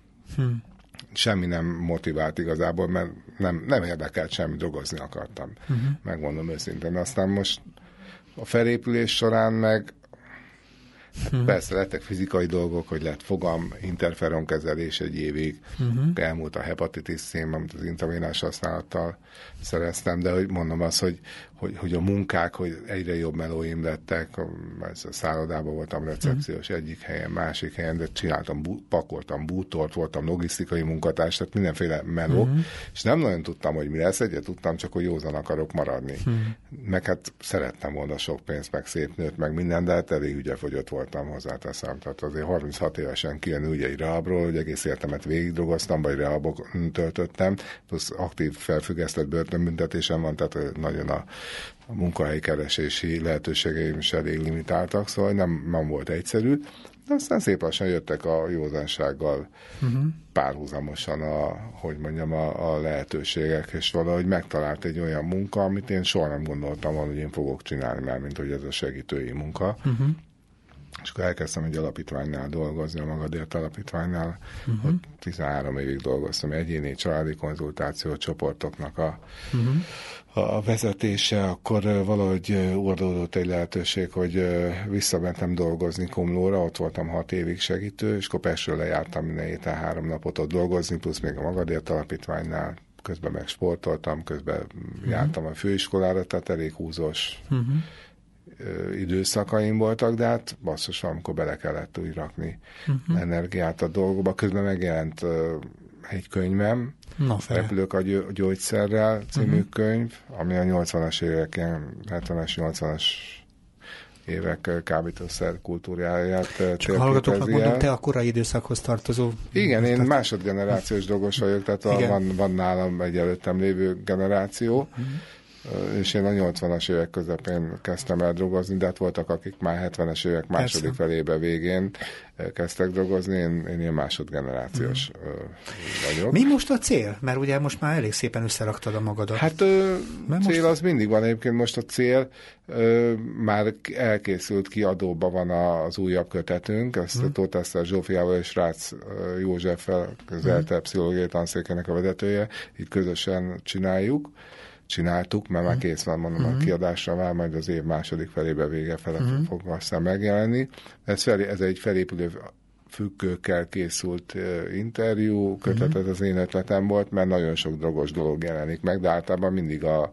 semmi nem motivált igazából, mert nem érdekelt semmi, dolgozni akartam. Megmondom őszintén. Aztán most a felépülés során meg persze lettek fizikai dolgok, hogy lett fogam, interferonkezelés egy évig, elmúlt a hepatitis C, amit az intravénás használattal szereztem, de hogy mondom azt, hogy a munkák, hogy egyre jobb melóim lettek, a szállodában voltam recepciós egyik helyen, másik helyen, de pakoltam bútort, voltam logisztikai munkatárs, tehát mindenféle meló, és nem nagyon tudtam, hogy mi lesz, egyet tudtam csak, hogy józan akarok maradni. Meg hát szerettem volna sok pénzt, meg szép nőt, meg minden, de hát elég ügyefogyott voltam, hozzáteszem. Tehát azért 36 évesen kijönni ugye egy rehabról, hogy egész életemet végigdrogoztam, vagy rehabok töltöttem, plusz aktív felfüggesztett börtönbüntetésem van, tehát nagyon a munkahelyi keresési lehetőségeim is elég limitáltak, szóval nem volt egyszerű. De aztán szép lassan jöttek a józansággal párhuzamosan a lehetőségek, és valahogy megtalált egy olyan munka, amit én soha nem gondoltam volna, hogy én fogok csinálni már, mint hogy ez a segítői munka. És akkor elkezdtem egy alapítványnál dolgozni, a Magadért alapítványnál. Ott 13 évig dolgoztam, egyéni családi konzultáció csoportoknak a vezetése, akkor valahogy oldódott egy lehetőség, hogy visszamentem dolgozni Komlóra, ott voltam 6 évig segítő, és akkor Pestről lejártam minden héten 3 napot ott dolgozni, plusz még a Magadért alapítványnál, közben meg sportoltam, közben jártam a főiskolára, tehát elég húzós időszakaim voltak, de hát basszus, amikor bele kellett úgy rakni energiát a dolgokba. Közben megjelent egy könyvem, Repülők a gyógyszerrel című könyv, ami a 80-as évek, 70-es, 80-as évek kábítószer kultúráját csak hallgatóknak mondom, te a korai időszakhoz tartozó. Igen, én másodgenerációs drogos vagyok, tehát van nálam egy előttem lévő generáció, és én a 80-as évek közepén kezdtem el drogozni, de hát voltak, akik már 70-es évek második felébe végén kezdtek drogozni, én ilyen másodgenerációs vagyok. Mi most a cél? Mert ugye most már elég szépen összeraktad a magadat. Hát cél az mindig van, egyébként most a cél már elkészült, kiadóban van az újabb kötetünk, ezt a Tóth Eszter Zsófiával és Rácz Józseffel, az ELTE pszichológiai tanszékének a vezetője, így közösen csináltuk, mert már kész van, mondom, a kiadásra már majd az év második felébe vége fele fog aztán megjelenni. Ez egy felépülő függőkkel készült interjú, kötetet az én ötletem volt, mert nagyon sok drogos dolog jelenik meg, de általában mindig a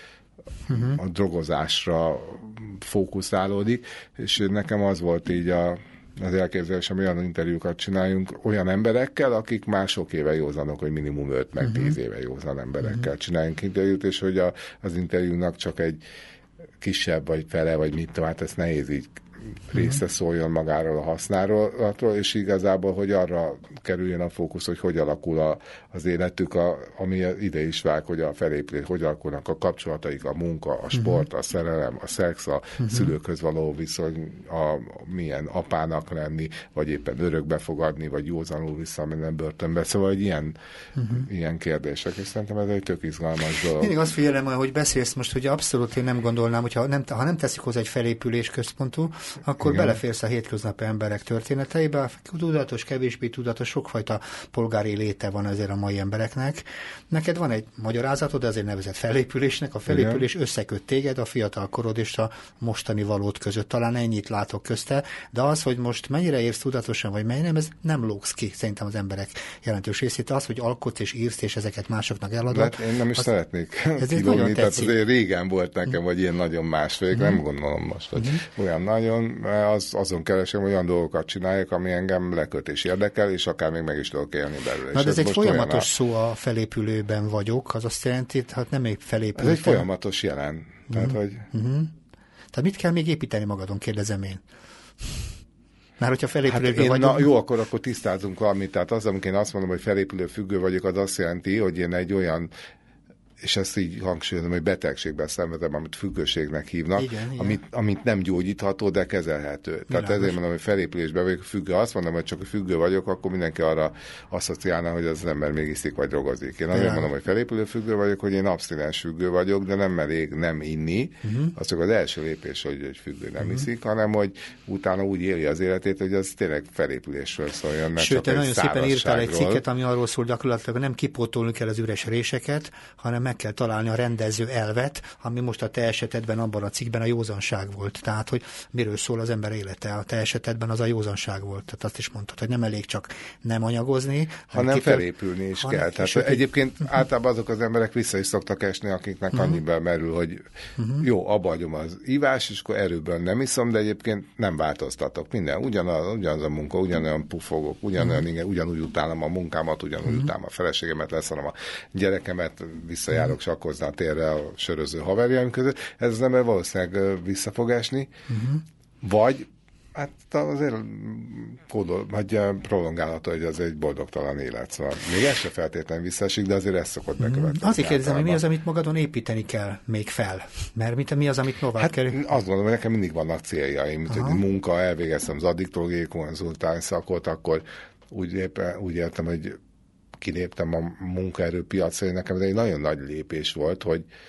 drogozásra fókuszálódik, és nekem az volt így az elképzelésem, olyan interjúkat csináljunk olyan emberekkel, akik már sok éve józanok, hogy minimum 5 meg 10 éve józan emberekkel csináljunk interjút, és hogy az interjúnak csak egy kisebb, vagy fele, vagy mit tovább, ezt nehéz így része szóljon magáról a használatról, és igazából, hogy arra kerüljön a fókusz, hogy alakul az életük, ami ide is vág, hogy a felépülés, hogy alakulnak a kapcsolataik, a munka, a sport, a szerelem, a szex, a szülőkhöz való viszony, milyen apának lenni, vagy éppen örökbe fogadni, vagy józanul visszamenni börtönbe. Szóval ilyen kérdések, és szerintem ez egy tök izgalmas dolog. Mindig azt figyelem, hogy beszélsz most, hogy abszolút én nem gondolnám, hogy ha nem teszik hozzá egy felépülés központú, akkor beleférsz a hétköznapi emberek történeteibe, tudatos, kevésbé tudatos, sokfajta polgári léte van ezért a mai embereknek. Neked van egy magyarázatod, ezért nevezett felépülésnek, a felépülés összeköt téged, a fiatal korod és a mostani valód között. Talán ennyit látok közte, de az, hogy most mennyire érsz tudatosan, vagy mennyire nem, ez nem lógsz ki, szerintem az emberek jelentős részét. Az, hogy alkotsz és írsz, és ezeket másoknak eladod. Hát én nem is szeretnék kilógni, tehát azért régen volt nekem, hogy ilyen nagyon más vagyok, nem gondolom most, hogy olyan nagyon, azon keresem, hogy olyan dolgokat csináljak, ami engem leköt és érdekel, és akár még meg is tudok élni belőle. Na, ez egy folyamatos szó, a felépülőben vagyok, az azt jelenti, hát nem még felépülő. Ez egy folyamatos jelen. Tehát, hogy... Tehát mit kell még építeni magadon, kérdezem én? Már hogyha felépülőben vagyok... Jó, akkor tisztázunk valamit. Tehát az, amikor én azt mondom, hogy felépülő függő vagyok, az azt jelenti, hogy én egy olyan és ezt így hangsúlyozom, hogy betegségben szenvedem, amit függőségnek hívnak, igen. Amit nem gyógyítható, de kezelhető. Tehát ezért mondom, hogy felépülésben vagyok függő. Azt mondom, hogy csak függő vagyok, akkor mindenki arra asszociálna, hogy az ember még iszik vagy drogozik. Én azért mondom, hogy felépülő függő vagyok, hogy én abszinens függő vagyok, de nem elég nem inni. Az csak az első lépés, hogy függő nem iszik, hanem hogy utána úgy éli az életét, hogy az tényleg felépülésről szóljon. Sőt, te nagyon szépen írtál egy cikket, ami arról szól gyakorlatilag, nem kipótolni kell az üres réseket, hanem meg kell találni a rendező elvet, ami most a te esetedben abban a cikkben a józanság volt. Tehát, hogy miről szól az ember élete. A te esetedben az a józanság volt. Tehát azt is mondtad, hogy nem elég csak nem anyagozni, hanem felépülni is kell. Tehát egyébként általában azok az emberek vissza is szoktak esni, akiknek annyiben merül, hogy jó, abba hagyom az ívás, és akkor erőből nem iszom, de egyébként nem változtatok. Minden ugyanaz a munka, ugyanolyan pufogok, ugyanúgy utálom a munkámat, ugyanúgy utálom a feleségemet, leszarom a gyerekemet, visszajárok sakkozni a térre a söröző haverjaim között. Ez az ember valószínűleg vissza fog esni, vagy hát azért vagy prolongálható, hogy az egy boldogtalan élet. Szóval még ez se feltétlenül visszaesik, de azért ez szokott bekövetkezni. Azért kérdezem, hogy mi az, amit magadon építeni kell még fel? Mert mi az, amit nová kell? Azt gondolom, hogy nekem mindig vannak céljaim, mint hogy munka, elvégeztem az addiktológiai konzultáns szakot, akkor úgy éltem, hogy kiléptem a munkaerőpiacra, nekem ez egy nagyon nagy lépés volt,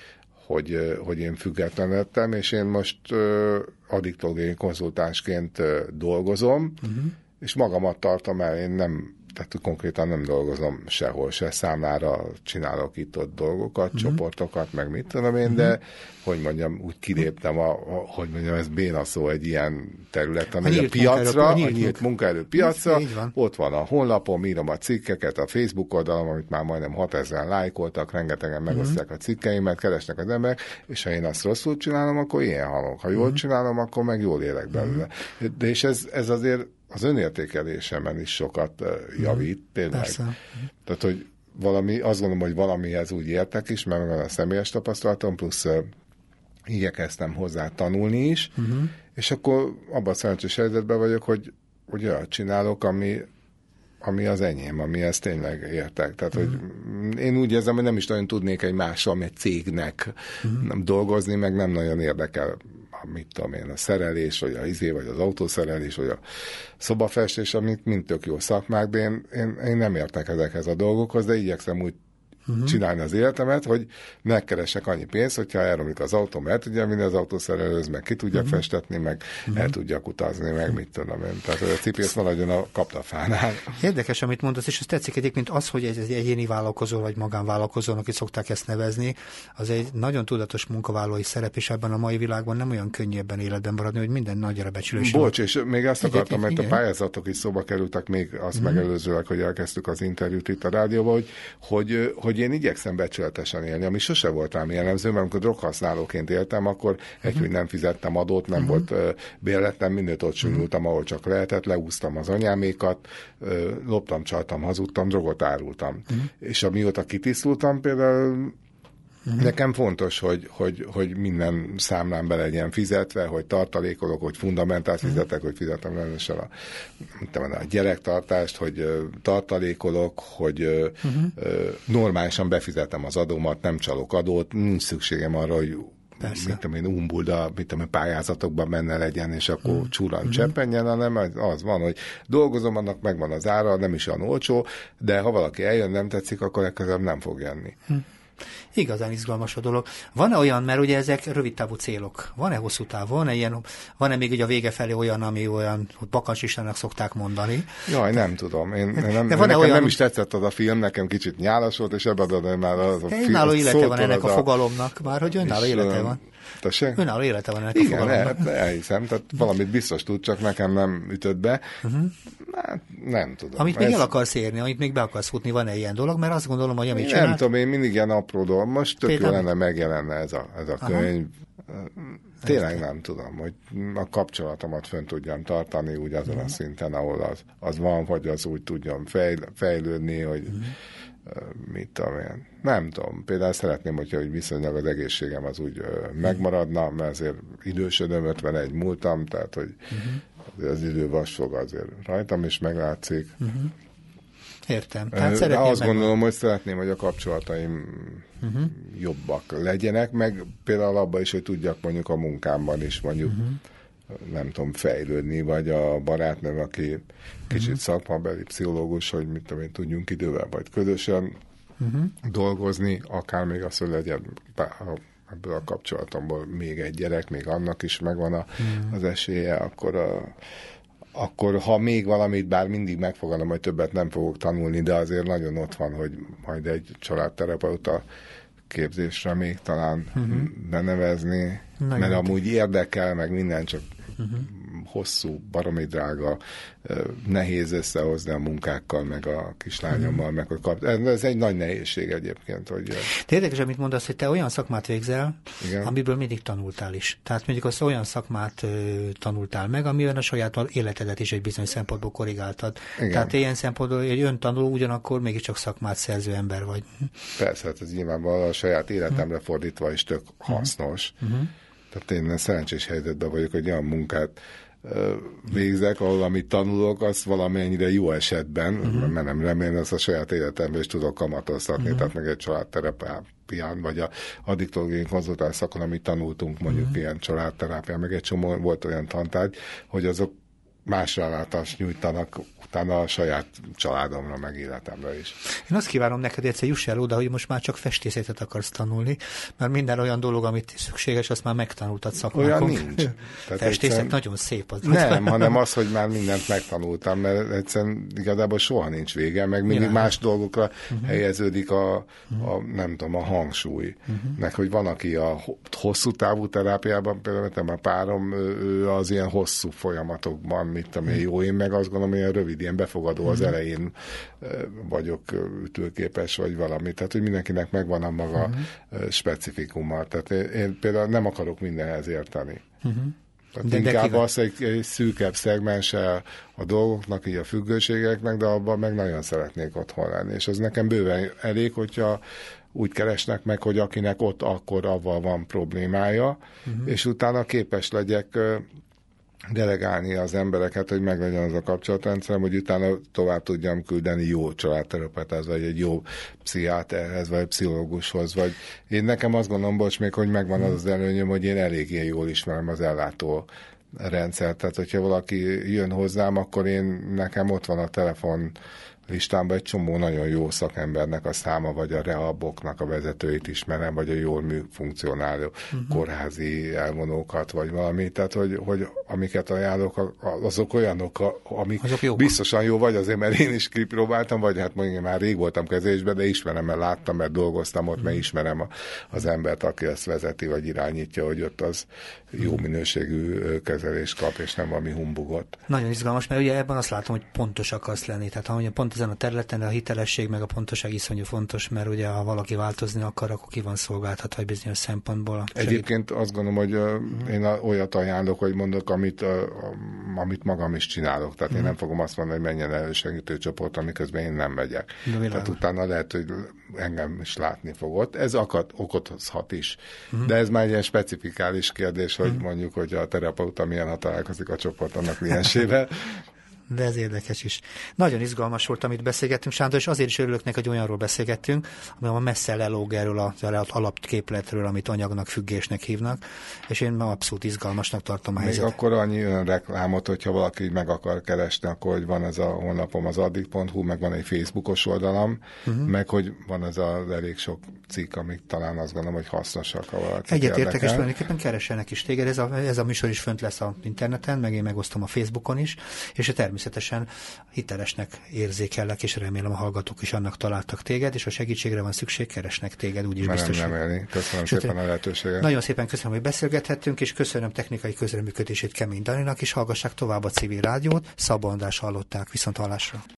hogy én független lettem, és én most addiktológiai konzultánsként dolgozom, és magamat tartom el, én nem, tehát konkrétan nem dolgozom sehol, se számlára csinálok itt-ott dolgokat, csoportokat, meg mit tudom én, de hogy mondjam, úgy kiléptem, hogy mondjam, ez béna szó egy ilyen területen, hogy a piacra, a nyílt munkaerőpiacra, ott van a honlapom, írom a cikkeket, a Facebook oldalom, amit már majdnem 6000-en lájkoltak, rengetegen megosztják a cikkeimet, keresnek az emberek, és ha én azt rosszul csinálom, akkor ilyen halok. Ha jól csinálom, akkor meg jól élek belőle. De és ez azért az önértékelésemen is sokat javít, tényleg. Persze. Tehát, hogy azt gondolom, hogy valamihez úgy értek is, mert van a személyes tapasztalatom, plusz igyekeztem hozzá tanulni is, és akkor abban a szerencsés helyzetben vagyok, hogy olyat csinálok, ami az enyém, amihez tényleg értek. Tehát, hogy én úgy érzem, hogy nem is nagyon tudnék egy mással, egy cégnek dolgozni, meg nem nagyon érdekel mit tudom én, a szerelés, vagy vagy az autószerelés, vagy a szobafestés, amik mind tök jó szakmák, de én nem értek ezekhez a dolgokhoz, de igyekszem úgy csinálni az életemet, hogy megkeresek annyi pénzt, hogyha elromlik az autóm, el tudja vinni az autószerelőhöz, meg ki tudjak festetni, meg el tudjak utazni, meg mit tudom én. Tehát a cipész maradjon a kaptafánál. Érdekes, amit mondasz, és ez tetszik egyébként az, hogy ez egy egyéni vállalkozó, vagy magánvállalkozónak, akik szokták ezt nevezni, az egy nagyon tudatos munkavállalói szerep, és ebben a mai világban nem olyan könnyű ebben életben maradni, hogy minden nagyra becsülés. Bocs, és még azt akartam, mert a pályázatok is szóba kerültek még azt megelőzőleg, hogy elkezdtük az interjút itt a rádióban, hogy én igyekszem becsületesen élni, ami sose volt rám jellemző, mert amikor droghasználóként éltem, akkor hogy nem fizettem adót, nem volt bérletem, mindent ott sunyultam, ahol csak lehetett, leúztam az anyámékat, loptam, csaltam, hazudtam, drogot árultam. És amióta kitisztultam, például nekem fontos, hogy minden számlán be legyen fizetve, hogy tartalékolok, hogy fundamentált fizetek, hogy fizetem rendesen a gyerektartást, hogy tartalékolok, hogy normálisan befizetem az adómat, nem csalok adót, nincs szükségem arra, hogy umbulda, pályázatokban benne legyen, és akkor csúran cseppenjen, hanem az van, hogy dolgozom, annak megvan az ára, nem is olyan olcsó, de ha valaki eljön, nem tetszik, akkor legközelebb nem fog jönni. Igazán izgalmas a dolog. Van-e olyan, mert ugye ezek rövidtávú célok, van-e hosszú táv, van-e még ugye a vége felé olyan, ami olyan, hogy Bakancs szokták mondani? Jaj, nem tudom. Nem is tetszett az a film, nekem kicsit nyálas volt, és ebben adom már az a film. Önálló élete van ennek a fogalomnak, már, hogy önálló élete van. Tessék? Önálló élete van ennek a fogalomnak. Igen, elhiszem, tehát valamit biztos tud, csak nekem nem ütött be. Hát, nem tudom. Amit még el akarsz érni, amit még be akarsz futni, van-e ilyen dolog? Mert azt gondolom, hogy amit nem tudom, én mindig ilyen apró dolog. Most tök jó lenne, megjelenne ez a könyv. Tényleg nem tudom, hogy a kapcsolatomat fönn tudjam tartani úgy azon a szinten, ahol az van, hogy az úgy tudjam fejlődni, hogy mit tudom én. Nem tudom. Például szeretném, hogy viszonylag az egészségem az úgy megmaradna, mert azért idősödöm, 51 múltam, tehát hogy az idő vasfog azért rajtam is meglátszik. Értem. De azt gondolom, hogy szeretném, hogy a kapcsolataim jobbak legyenek, meg például abban is, hogy tudjak mondjuk a munkámban is mondjuk nem tudom, fejlődni, vagy a barátnőm, aki kicsit szakmabeli pszichológus, hogy mit tudom én, tudjunk idővel vagy közösen dolgozni, akár még az, hogy legyen ebből a kapcsolatomból még egy gyerek, még annak is megvan az esélye, akkor ha még valamit, bár mindig megfogadom, hogy többet nem fogok tanulni, de azért nagyon ott van, hogy majd egy családterapeuta képzésre még talán benevezni, mert amúgy érdekel, meg minden, csak hosszú, baromi drága, nehéz összehozni a munkákkal, meg a kislányommal, meg ez egy nagy nehézség egyébként. Hogy de érdekes, amit mondasz, hogy te olyan szakmát végzel, igen, amiből mindig tanultál is. Tehát mondjuk az olyan szakmát tanultál meg, amiben a saját életedet is egy bizonyos szempontból korrigáltad. Igen. Tehát ilyen szempontból egy öntanuló, ugyanakkor mégiscsak szakmát szerző ember vagy. Persze, hát ez nyilvánvalóan a saját életemre fordítva is tök hasznos. Tehát én szerencsés helyzetben vagyok, hogy olyan munkát végzek, ahol amit tanulok, azt valamennyire jó esetben, mert nem remélem, azt a saját életemben is tudok kamatoztatni, tehát meg egy családterápián, vagy a addiktológiai konzultálás szakon, amit tanultunk, mondjuk ilyen családterápián, meg egy csomó volt olyan tantárgy, hogy azok más rálátást nyújtanak utána a saját családomra, meg életemre is. Én azt kívánom neked, egyszer juss el oda, hogy most már csak festészetet akarsz tanulni, mert minden olyan dolog, amit szükséges, azt már megtanultad szakmákon. Olyan nincs. Festészet nagyon szép. Az nem, hanem az, hogy már mindent megtanultam, mert egyszerűen igazából soha nincs vége, meg mindig más dolgokra helyeződik nem tudom, a hangsúly. Meg hogy van, aki a hosszú távú terápiában, például a párom, ő az ilyen hosszú folyamatokban, mit tudom én, jó, én meg azt gondolom, hogy ilyen rövid, ilyen befogadó az elején vagyok ütőképes, vagy valami. Tehát, hogy mindenkinek megvan a maga specifikuma. Tehát én például nem akarok mindenhez érteni. Tehát inkább az egy szűkebb szegmense a dolgoknak, így a függőségeknek, de abban meg nagyon szeretnék otthon lenni. És az nekem bőven elég, hogyha úgy keresnek meg, hogy akinek ott akkor avval van problémája, és utána képes legyek delegálni az embereket, hogy meglegyen az a kapcsolatrendszerem, hogy utána tovább tudjam küldeni jó családterapeutához, vagy egy jó pszichiáterhez, vagy pszichológushoz, vagy én nekem azt gondolom, bocs, még, hogy megvan az előnyöm, hogy én eléggé jól ismerem az ellátó rendszert. Tehát, hogyha valaki jön hozzám, akkor nekem ott van a telefon listámban egy csomó nagyon jó szakembernek a száma, vagy a rehaboknak a vezetőit ismerem, vagy a jól funkcionáló kórházi elvonókat, vagy valami. Tehát, hogy amiket ajánlok, azok olyanok, amik azok biztosan jó, vagy azért, mert én is kipróbáltam, vagy hát mondjuk már rég voltam kezelésben, de ismerem, mert láttam, mert dolgoztam ott, mert ismerem az embert, aki ezt vezeti, vagy irányítja, hogy ott az jó minőségű kezelést kap, és nem valami humbugot. Nagyon izgalmas, mert ugye ebben azt látom, hogy pontos akarsz lenni. Tehát ha pont ezen a területen a hitelesség meg a pontosság iszonyú fontos, mert ugye ha valaki változni akar, akkor ki van szolgáltatva egy bizonyos szempontból. Egyébként azt gondolom, hogy én olyat ajánlok, hogy mondok, amit magam is csinálok. Tehát én nem fogom azt mondani, hogy menjen elősegítő csoport, amiközben én nem megyek. Tehát utána lehet, hogy engem is látni fogod. Ez okozhat is. De ez már egy ilyen specifikális kérdés, hogy mondjuk, hogy a terapeuta milyen, ha találkozik a csoport annak kliensével. De ez érdekes is. Nagyon izgalmas volt, amit beszélgettünk, Sándor, és azért is örülök neki, hogy olyanról beszélgettünk, ami messze lelóg erről az alapképletről, amit anyagnak, függésnek hívnak, és én abszolút izgalmasnak tartom a helyzetet. Még akkor annyi önreklámot, hogyha valaki meg akar keresni, akkor hogy van ez a honlapom, az addict.hu, meg van egy Facebookos oldalam, meg hogy van ez az elég sok cikk, amik talán azt gondolom, hogy hasznosak, ha valaki egyetértek, és tulajdonképpen keressenek is téged. Ez a műsor is fönt lesz az interneten, meg én megosztom a Facebookon is, és természetesen hitelesnek érzékellek, és remélem a hallgatók is annak találtak téged, és ha segítségre van szükség, keresnek téged, úgyis biztos. Köszönöm szépen a lehetőséget. Nagyon szépen köszönöm, hogy beszélgethettünk, és köszönöm technikai közreműködését Kemény Daninak, és hallgassák tovább a Civil Rádiót. Szabó András hallották, viszont hallásra.